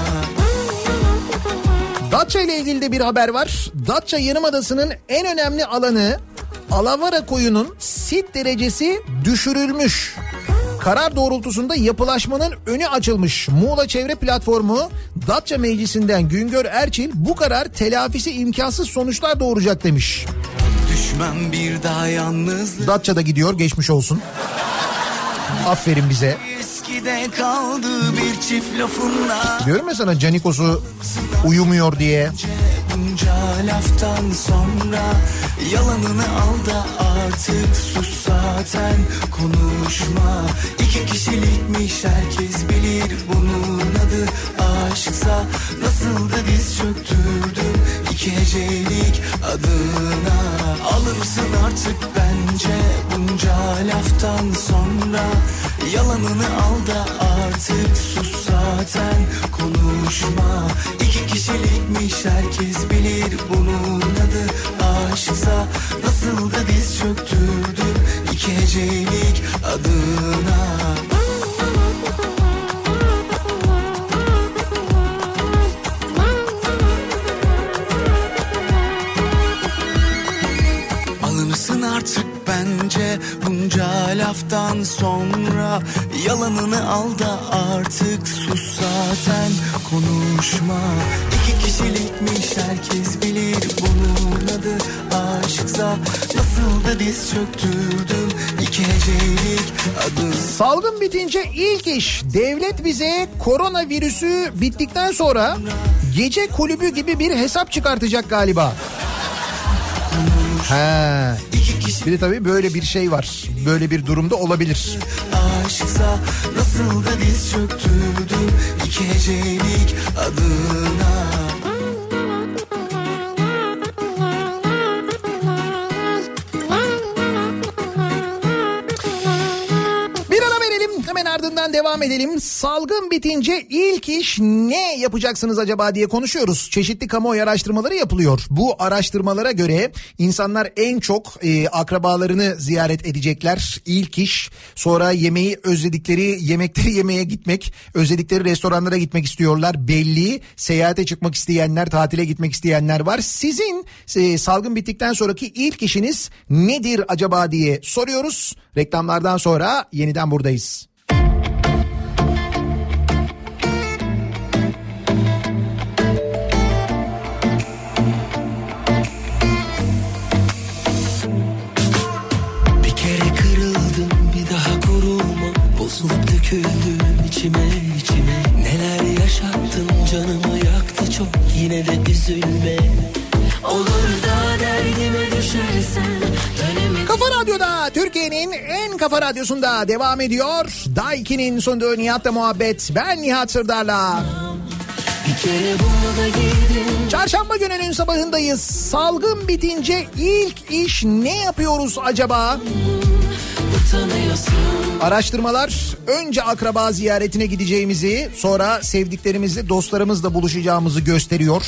Datça ile ilgili de bir haber var. Datça Yarımadası'nın en önemli alanı Alavara Koyu'nun sit derecesi düşürülmüş. Karar doğrultusunda yapılaşmanın önü açılmış. Muğla Çevre Platformu Datça Meclisi'nden Güngör Erçil bu karar telafisi imkansız sonuçlar doğuracak demiş. Düşmem bir daha yalnızlık. Datça'da gidiyor, geçmiş olsun. Aferin bize. Eskide kaldı bir çift lafınla. Diyorum ya sana Canikos'u uyumuyor diye. Bunca laftan sonra yalanını al da artık sus zaten konuşma. İki kişilikmiş herkes bilir bunun adı aşksa. Nasıl da diz çöktürdüm iki hecelik adına. Alırsın artık bence bunca laftan sonra. Yalanını al da artık sus zaten konuşma. İki kişilikmiş herkes bilir bunun adı aşksa. Nasıl da diz çöktürdüm iki hecelik adına. Alınırsın artık bence bunca laftan sonra. Yalanını al da artık sus zaten konuşma. İki kişilikmiş herkes bilir bunun adı aşksa. Nasıl da diz çöktürdüm iki hecelik adı. Salgın bitince ilk iş devlet bize koronavirüsü bittikten sonra gece kulübü gibi bir hesap çıkartacak galiba. He. Bir de tabii böyle bir şey var. Böyle bir durumda olabilir. Aşksa nasıl da diz çöktürdüm iki hecelik adına. Hemen ardından devam edelim. Salgın bitince ilk iş ne yapacaksınız acaba diye konuşuyoruz. Çeşitli kamuoyu araştırmaları yapılıyor. Bu araştırmalara göre insanlar en çok akrabalarını ziyaret edecekler. İlk iş, sonra yemeği özledikleri yemekleri yemeye gitmek, özledikleri restoranlara gitmek istiyorlar. Belli, seyahate çıkmak isteyenler, tatile gitmek isteyenler var. Sizin salgın bittikten sonraki ilk işiniz nedir acaba diye soruyoruz. Reklamlardan sonra yeniden buradayız. Bozulup döküldüm içime içime. Neler yaşattın canımı yaktı çok. Yine de üzülme. Olur da derdime düşersen dönemi... Kafa Radyo'da, Türkiye'nin en kafa radyosunda devam ediyor. Daiki'nin sunduğu Nihat'la muhabbet. Ben Nihat Sırdar'la. Çarşamba gününün sabahındayız. Salgın bitince ilk iş ne yapıyoruz acaba? Araştırmalar önce akraba ziyaretine gideceğimizi, sonra sevdiklerimizle, dostlarımızla buluşacağımızı gösteriyor.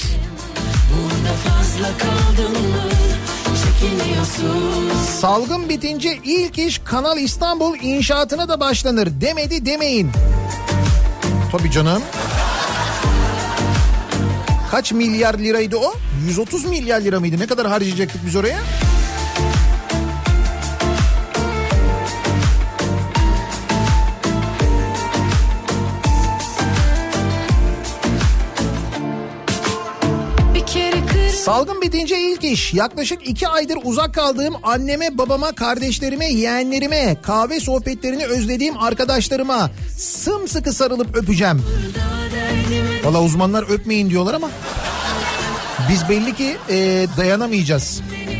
Salgın bitince ilk iş Kanal İstanbul inşaatına da başlanır demedi demeyin. Tabii canım. Kaç milyar liraydı o? 130 milyar lira mıydı? Ne kadar harcayacaktık biz oraya? Salgın bitince ilk iş yaklaşık 2 aydır uzak kaldığım anneme, babama, kardeşlerime, yeğenlerime, kahve sohbetlerini özlediğim arkadaşlarıma sımsıkı sarılıp öpeceğim. Valla uzmanlar öpmeyin diyorlar ama biz belli ki dayanamayacağız.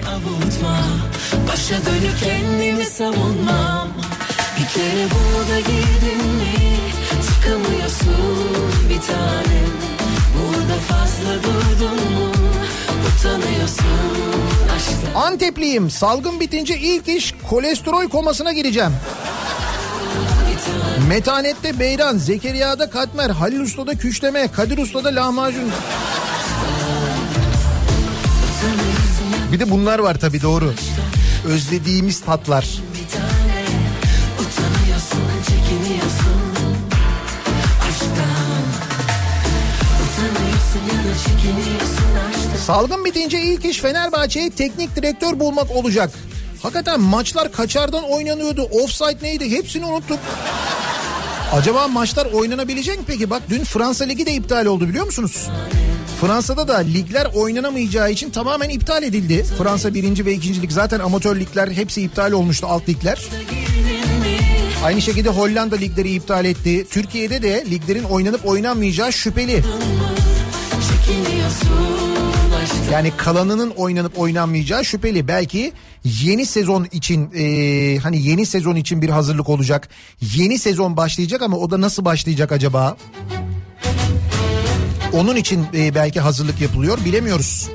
Başa dönüp kendimi savunmam. Bir kere burada girdin mi çıkamıyorsun bir tanem. Burada fazla durdun mu utanıyorsun aşkta. Antepliyim, salgın bitince ilk iş kolesterol komasına gireceğim. Metanet'te beyran, Zekeriya'da katmer, Halil Usta'da küşleme, Kadir Usta'da lahmacun. Bir de bunlar var tabii, doğru. Özlediğimiz tatlar. Salgın bitince ilk iş Fenerbahçe'ye teknik direktör bulmak olacak. Hakikaten maçlar kaçardan oynanıyordu. Offside neydi? Hepsini unuttuk. Acaba maçlar oynanabilecek mi peki? Bak dün Fransa Ligi de iptal oldu, biliyor musunuz? Fransa'da da ligler oynanamayacağı için tamamen iptal edildi. Fransa 1. ve 2. lig, zaten amatör ligler hepsi iptal olmuştu, alt ligler. Aynı şekilde Hollanda ligleri iptal etti. Türkiye'de de liglerin oynanıp oynanmayacağı şüpheli. Yani kalanının oynanıp oynanmayacağı şüpheli. Belki yeni sezon için hani yeni sezon için bir hazırlık olacak. Yeni sezon başlayacak ama o da nasıl başlayacak acaba? Onun için belki hazırlık yapılıyor, bilemiyoruz.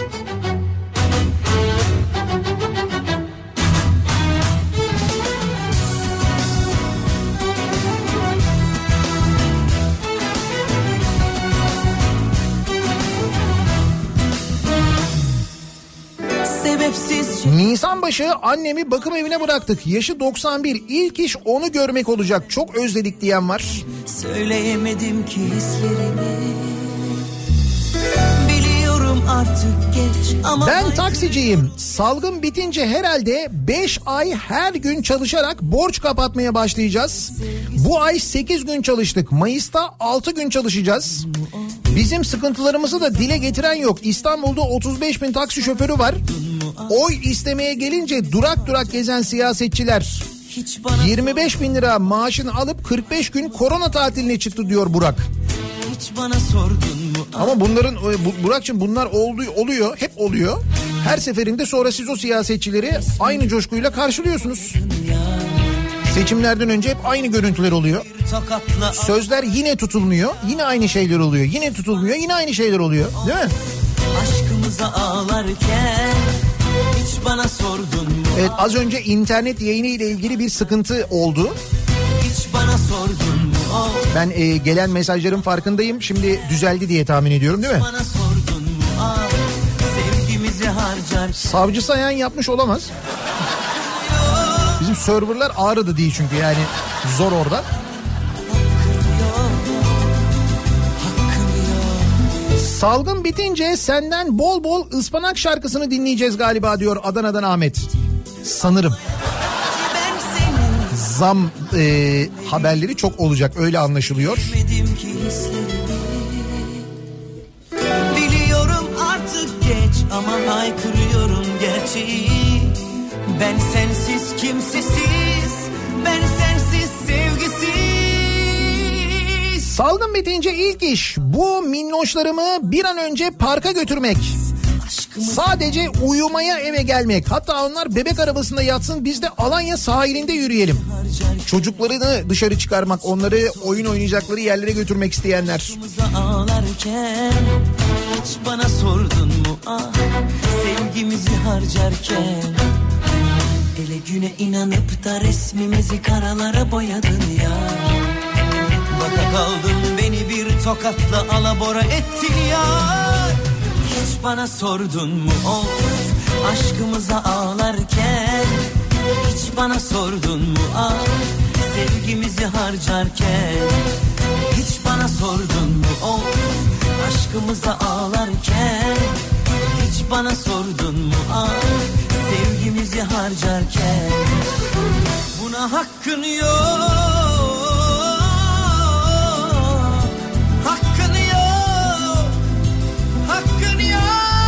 Nisan başı annemi bakım evine bıraktık. Yaşı 91. İlk iş onu görmek olacak. Çok özledik diyen var. Söyleyemedim ki hislerimi. Biliyorum artık geç ama... Ben taksiciyim. Salgın bitince herhalde 5 ay her gün çalışarak borç kapatmaya başlayacağız. Bu ay 8 gün çalıştık. Mayıs'ta 6 gün çalışacağız. Bizim sıkıntılarımızı da dile getiren yok. İstanbul'da 35 bin taksi şoförü var. Oy istemeye gelince durak durak gezen siyasetçiler 25 bin lira maaşını alıp 45 gün korona tatiline çıktı diyor Burak. Hiç bana sordun mu? Ama bunların, Burak'cığım, bunlar oluyor, hep oluyor. Her seferinde sonra siz o siyasetçileri aynı coşkuyla karşılıyorsunuz. Seçimlerden önce hep aynı görüntüler oluyor. Sözler yine tutulmuyor, yine aynı şeyler oluyor. Yine tutulmuyor, yine aynı şeyler oluyor. Değil mi? Aşkımıza ağlarken hiç bana sordun mu? Evet, az önce internet yayını ile ilgili bir sıkıntı oldu. Hiç bana sordun mu? Ben gelen mesajların farkındayım. Şimdi düzeldi diye tahmin ediyorum, değil mi? Bana sordun mu? Sevgimizi harcar. Savcı Sayan yapmış olamaz. Bizim serverlar Ağrı'da değil çünkü, yani zor orada. Salgın bitince senden bol bol ıspanak şarkısını dinleyeceğiz galiba diyor Adana'dan Ahmet. Sanırım. Zam haberleri çok olacak, öyle anlaşılıyor. Biliyorum artık geç ama haykırıyorum gerçeği. Ben sensiz kimsesiz, ben sensiz sevgisiz. Salgın bitince ilk iş bu minnoşlarımı bir an önce parka götürmek. Sadece uyumaya eve gelmek. Hatta onlar bebek arabasında yatsın, biz de Alanya sahilinde yürüyelim. Çocuklarını dışarı çıkarmak, onları oyun oynayacakları yerlere götürmek isteyenler. Ağlarken hiç bana sordun mu? Sevgimizi harcarken ele güne inanıp da resmimizi karalara boyadın ya. Baka kaldın, beni bir tokatla alabora ettin ya. Hiç bana sordun mu aşkımıza ağlarken? Hiç bana sordun mu sevgimizi harcarken? Hiç bana sordun mu aşkımıza ağlarken? Hiç bana sordun mu sevgimizi harcarken? Buna hakkın yok. Hakkın yok. Hakkın yok.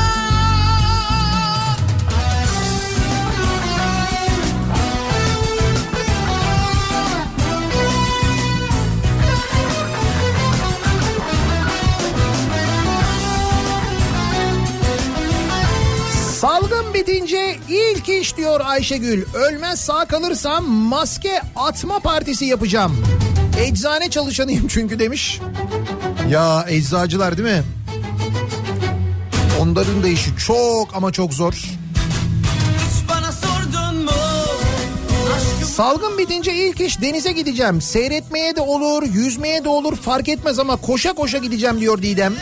Salgın bitince ilk iş diyor Ayşegül. Ölmez sağ kalırsam maske atma partisi yapacağım. Eczane çalışanıyım çünkü demiş. Ya eczacılar değil mi? Onların da işi çok ama çok zor. Hiç bana sordun mu? Salgın bitince ilk iş denize gideceğim. Seyretmeye de olur, yüzmeye de olur, fark etmez ama koşa koşa gideceğim diyor Didem.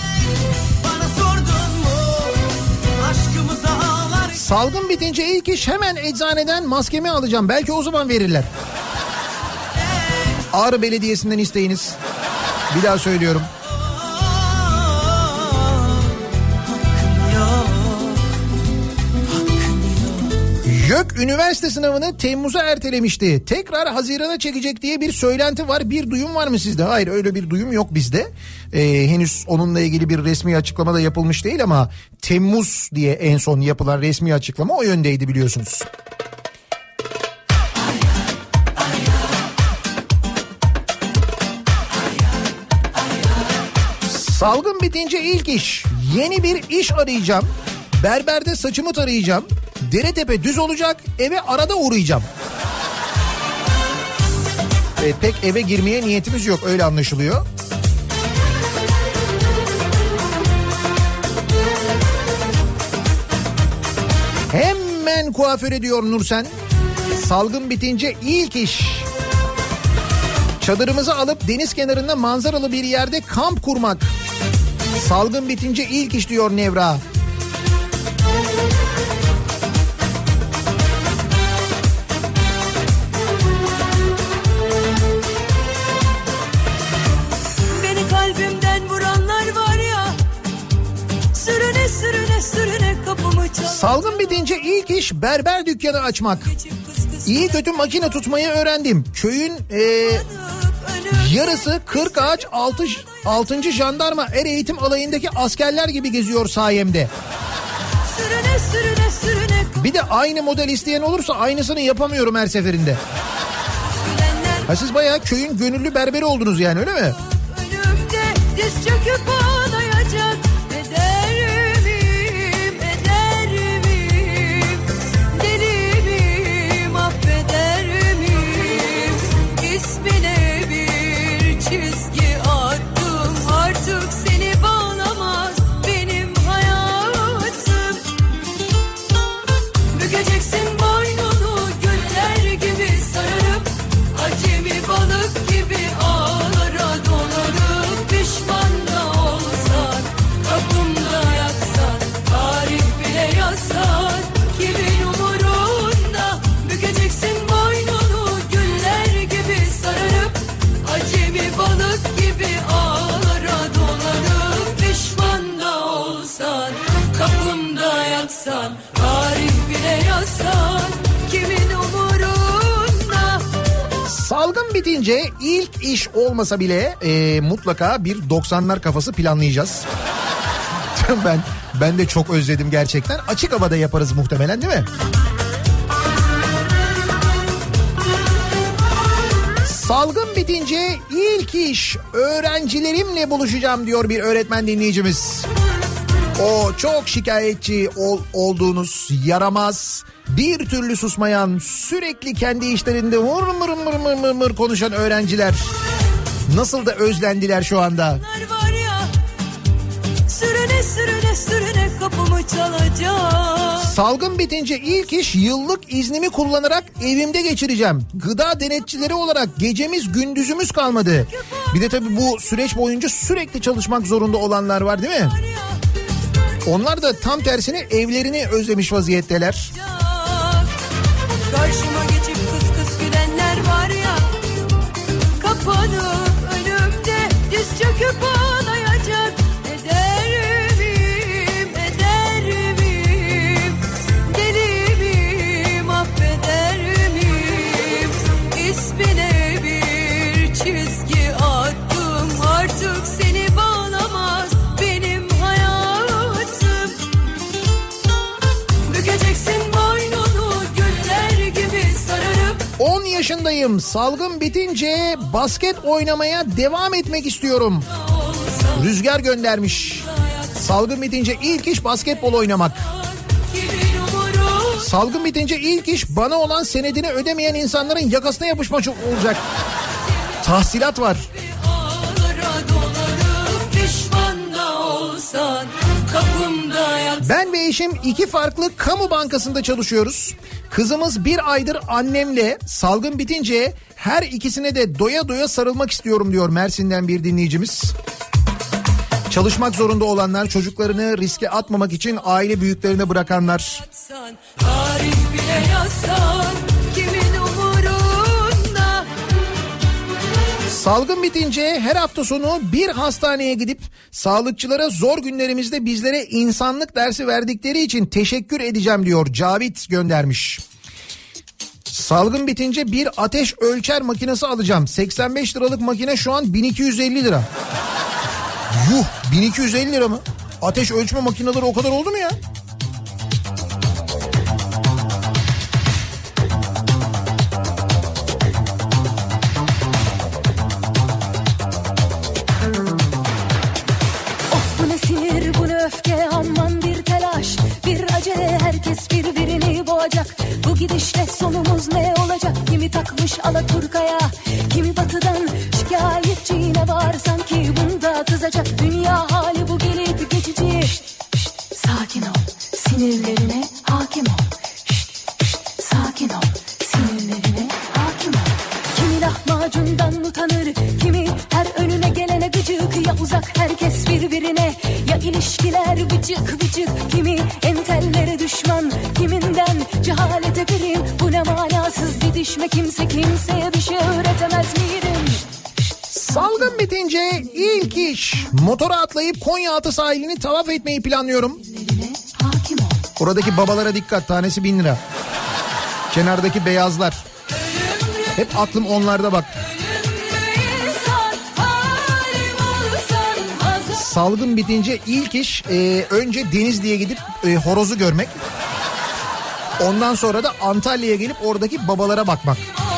Salgın bitince ilk iş hemen eczaneden maskemi alacağım. Belki o zaman verirler. Ağrı Belediyesi'nden isteğiniz. Bir daha söylüyorum. YÖK üniversite sınavını Temmuz'a ertelemişti. Tekrar Haziran'a çekecek diye bir söylenti var. Bir duyum var mı sizde? Hayır, öyle bir duyum yok bizde. Henüz onunla ilgili bir resmi açıklama da yapılmış değil ama Temmuz diye en son yapılan resmi açıklama o yöndeydi biliyorsunuz. Salgın bitince ilk iş yeni bir iş arayacağım. Berberde saçımı tarayacağım. Deretepe düz olacak, eve arada uğrayacağım. Pek eve girmeye niyetimiz yok, öyle anlaşılıyor. Hemen kuaföre diyor Nursen. Salgın bitince ilk iş. Çadırımızı alıp deniz kenarında manzaralı bir yerde kamp kurmak. Salgın bitince ilk iş diyor Nevra. Beni kalbimden vuranlar var ya, sürüne sürüne sürüne kapımı çal. Salgın bitince ilk iş berber dükkanı açmak. İyi kötü makine tutmayı öğrendim. Köyün yarısı 40 ağaç 6. jandarma er eğitim alayındaki askerler gibi geziyor sayemde. Sürüne sürüne sürüne. Bir de aynı model isteyen olursa aynısını yapamıyorum her seferinde. Ha, siz bayağı köyün gönüllü berberi oldunuz yani, öyle mi? Önümde diz çöküp ağlayacak. Eder miyim, deli miyim, affeder miyim? İsmine bir çizgi attım, artık seni bağlamaz benim hayatım. Bükeceksin boynunu güller gibi sararıp, acemi balık gibi ağlara dolanıp, pişman da olsan, kapımda yatsan, tarih bile yazsan, kimin umurunda? Bükeceksin boynunu güller gibi sararıp, acemi balık gibi ağlara dolanıp, pişman da olsan, kapımda yatsan, tarih bile yazsan, kimin umurunda? Salgın bitince ilk iş olmasa bile mutlaka bir 90'lar kafası planlayacağız. Ben de çok özledim gerçekten. Açık havada yaparız muhtemelen, değil mi? Salgın bitince ilk iş öğrencilerimle buluşacağım diyor bir öğretmen dinleyicimiz. O çok şikayetçi olduğunuz, yaramaz, bir türlü susmayan, sürekli kendi işlerinde mır konuşan öğrenciler nasıl da özlendiler şu anda. Var ya, sürüne sürüne sürüne kapımı çalacak. Salgın bitince ilk iş yıllık iznimi kullanarak evimde geçireceğim. Gıda denetçileri olarak gecemiz gündüzümüz kalmadı. Bir de tabii bu süreç boyunca sürekli çalışmak zorunda olanlar var, değil mi? Onlar da tam tersine evlerini özlemiş vaziyetteler. Karşıma geçip kıs kıs gülenler var ya, kapanıp önümde diz çöküp ağlayacak. Eder miyim, deli miyim, affeder miyim? İsmine bir çizgi attım, artık seni bağlamaz benim hayatım. Bükeceksin boynunu güller gibi sararıp. 10 yaşındayım. Salgın bitince basket oynamaya devam etmek istiyorum. Rüzgar göndermiş. Salgın bitince ilk iş basketbol oynamak. Salgın bitince ilk iş bana olan senedini ödemeyen insanların yakasına yapışmak olacak. Tahsilat var. Ağlara dolanıp, pişman da olsan, kapımda yatsın. Ben ve eşim 2 farklı kamu bankasında çalışıyoruz. Kızımız 1 aydır annemle, salgın bitince her ikisine de doya doya sarılmak istiyorum diyor Mersin'den bir dinleyicimiz. Çalışmak zorunda olanlar, çocuklarını riske atmamak için aile büyüklerine bırakanlar. Tarih bile yazsan kimin umurunda? Salgın bitince her hafta sonu bir hastaneye gidip sağlıkçılara zor günlerimizde bizlere insanlık dersi verdikleri için teşekkür edeceğim diyor. Cavit göndermiş. Salgın bitince bir ateş ölçer makinesi alacağım. 85 liralık makine şu an 1250 lira. Yuh, 1250 lira mı? Ateş ölçme makineleri o kadar oldu mu ya? Of bu ne sinir, bu ne öfke, aman bir telaş, bir acele, herkes birbirini boğacak. Bu gidişle sonumuz ne olacak? Kimi takmış Alaturka'ya, kimi batıdan şikayetçi, yine var sanki bunda kızacak. Dünya hali bu gelip geçici. Şşt, şşt, sakin ol, sinirlerine hakim ol. Şşt, şşt, sakin ol, sinirlerine hakim ol. Kimi lahmacundan utanır, kimi her önüne gelene gıcık. Ya uzak herkes birbirine, ya ilişkiler vıcık vıcık. Kimi entellere düşman, kiminden cehalete girin. Bu ne manasız didişme, kimse kimseye bir şey öğretemez miydim? Salgın bitince ilk iş motora atlayıp Konyaaltı sahilini tavaf etmeyi planlıyorum. Hakim ol. Oradaki babalara dikkat, tanesi 1000 lira. Kenardaki beyazlar. Hep aklım onlarda bak. Salgın bitince ilk iş önce Denizli'ye gidip horozu görmek. Ondan sonra da Antalya'ya gelip oradaki babalara bakmak.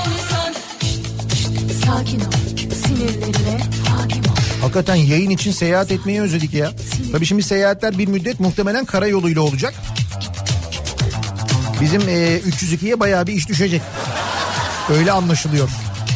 Sakin ol, sinirlerine hakim ol. Hakikaten yayın için seyahat etmeyi özledik ya. Tabii şimdi seyahatler bir müddet muhtemelen karayoluyla olacak. Bizim 302'ye bayağı bir iş düşecek. Öyle anlaşılıyor.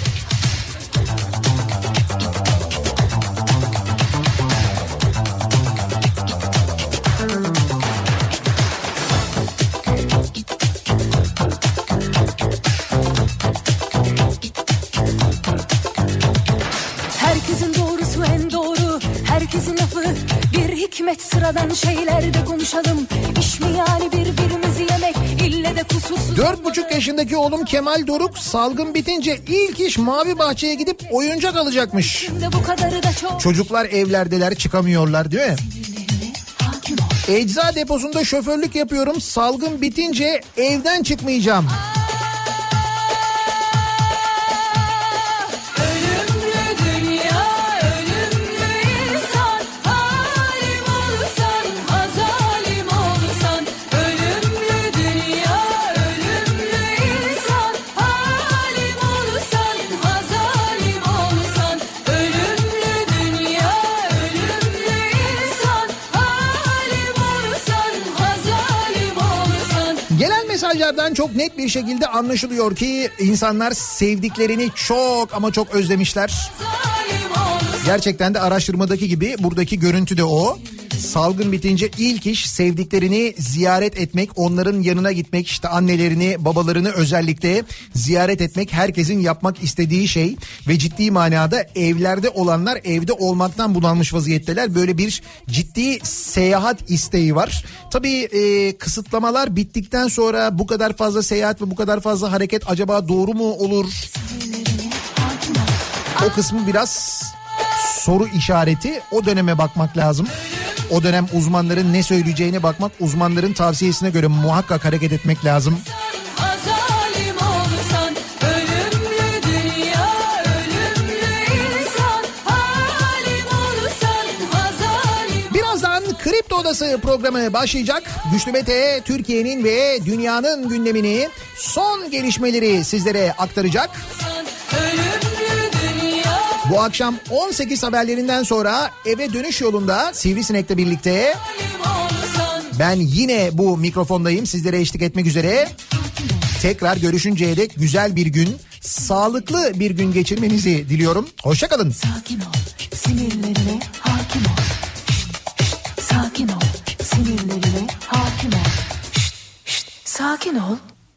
Herkesin doğrusu en doğru, herkesin lafı bir hikmet. Sıradan şeylerde konuşalım. İş mi yani birbirimizi yemek, ille de kusursuz. 4,5 yaşındaki oğlum Kemal Doruk salgın bitince ilk iş Mavi Bahçe'ye gidip oyuncak alacakmış. Şimdi bu kadarı da çok. Çocuklar evlerdeler, çıkamıyorlar değil mi? Hakim ol. Ecza deposunda şoförlük yapıyorum. Salgın bitince evden çıkmayacağım. Ölümlü dünya, ölümlü insan. Halim olsan, hazalim olsan. Ölümlü dünya, ölümlü insan. Halim olsan, hazalim olsan. Ölümlü dünya, ölümlü insan. Halim olsan, hazalim olsan. Gelen mesajlardan çok net bir şekilde anlaşılıyor ki insanlar sevdiklerini çok ama çok özlemişler. Zalim olsan. Gerçekten de araştırmadaki gibi buradaki görüntü de o. Salgın bitince ilk iş sevdiklerini ziyaret etmek, onların yanına gitmek, işte annelerini, babalarını özellikle ziyaret etmek herkesin yapmak istediği şey ve ciddi manada evlerde olanlar evde olmaktan bunalmış vaziyetteler. Böyle bir ciddi seyahat isteği var. Tabii kısıtlamalar bittikten sonra bu kadar fazla seyahat ve bu kadar fazla hareket acaba doğru mu olur? O kısmı biraz soru işareti. O döneme bakmak lazım. O dönem uzmanların ne söyleyeceğine bakmak, uzmanların tavsiyesine göre muhakkak hareket etmek lazım. Hazalim olsan, ölümlü dünya, ölümlü insan. Halim olsan, hazalim. Birazdan Kripto Odası programı başlayacak. Güçlü Mete Türkiye'nin ve dünyanın gündemini, son gelişmeleri sizlere aktaracak. Ölümlü dünya. Bu akşam 18 haberlerinden sonra eve dönüş yolunda Sivrisinek'le birlikte ben yine bu mikrofondayım sizlere eşlik etmek üzere. Tekrar görüşünceye dek güzel bir gün, sağlıklı bir gün geçirmenizi diliyorum. Hoşça kalın. Sakin ol, sinirlerine hakim ol. Sakin ol, sakin ol.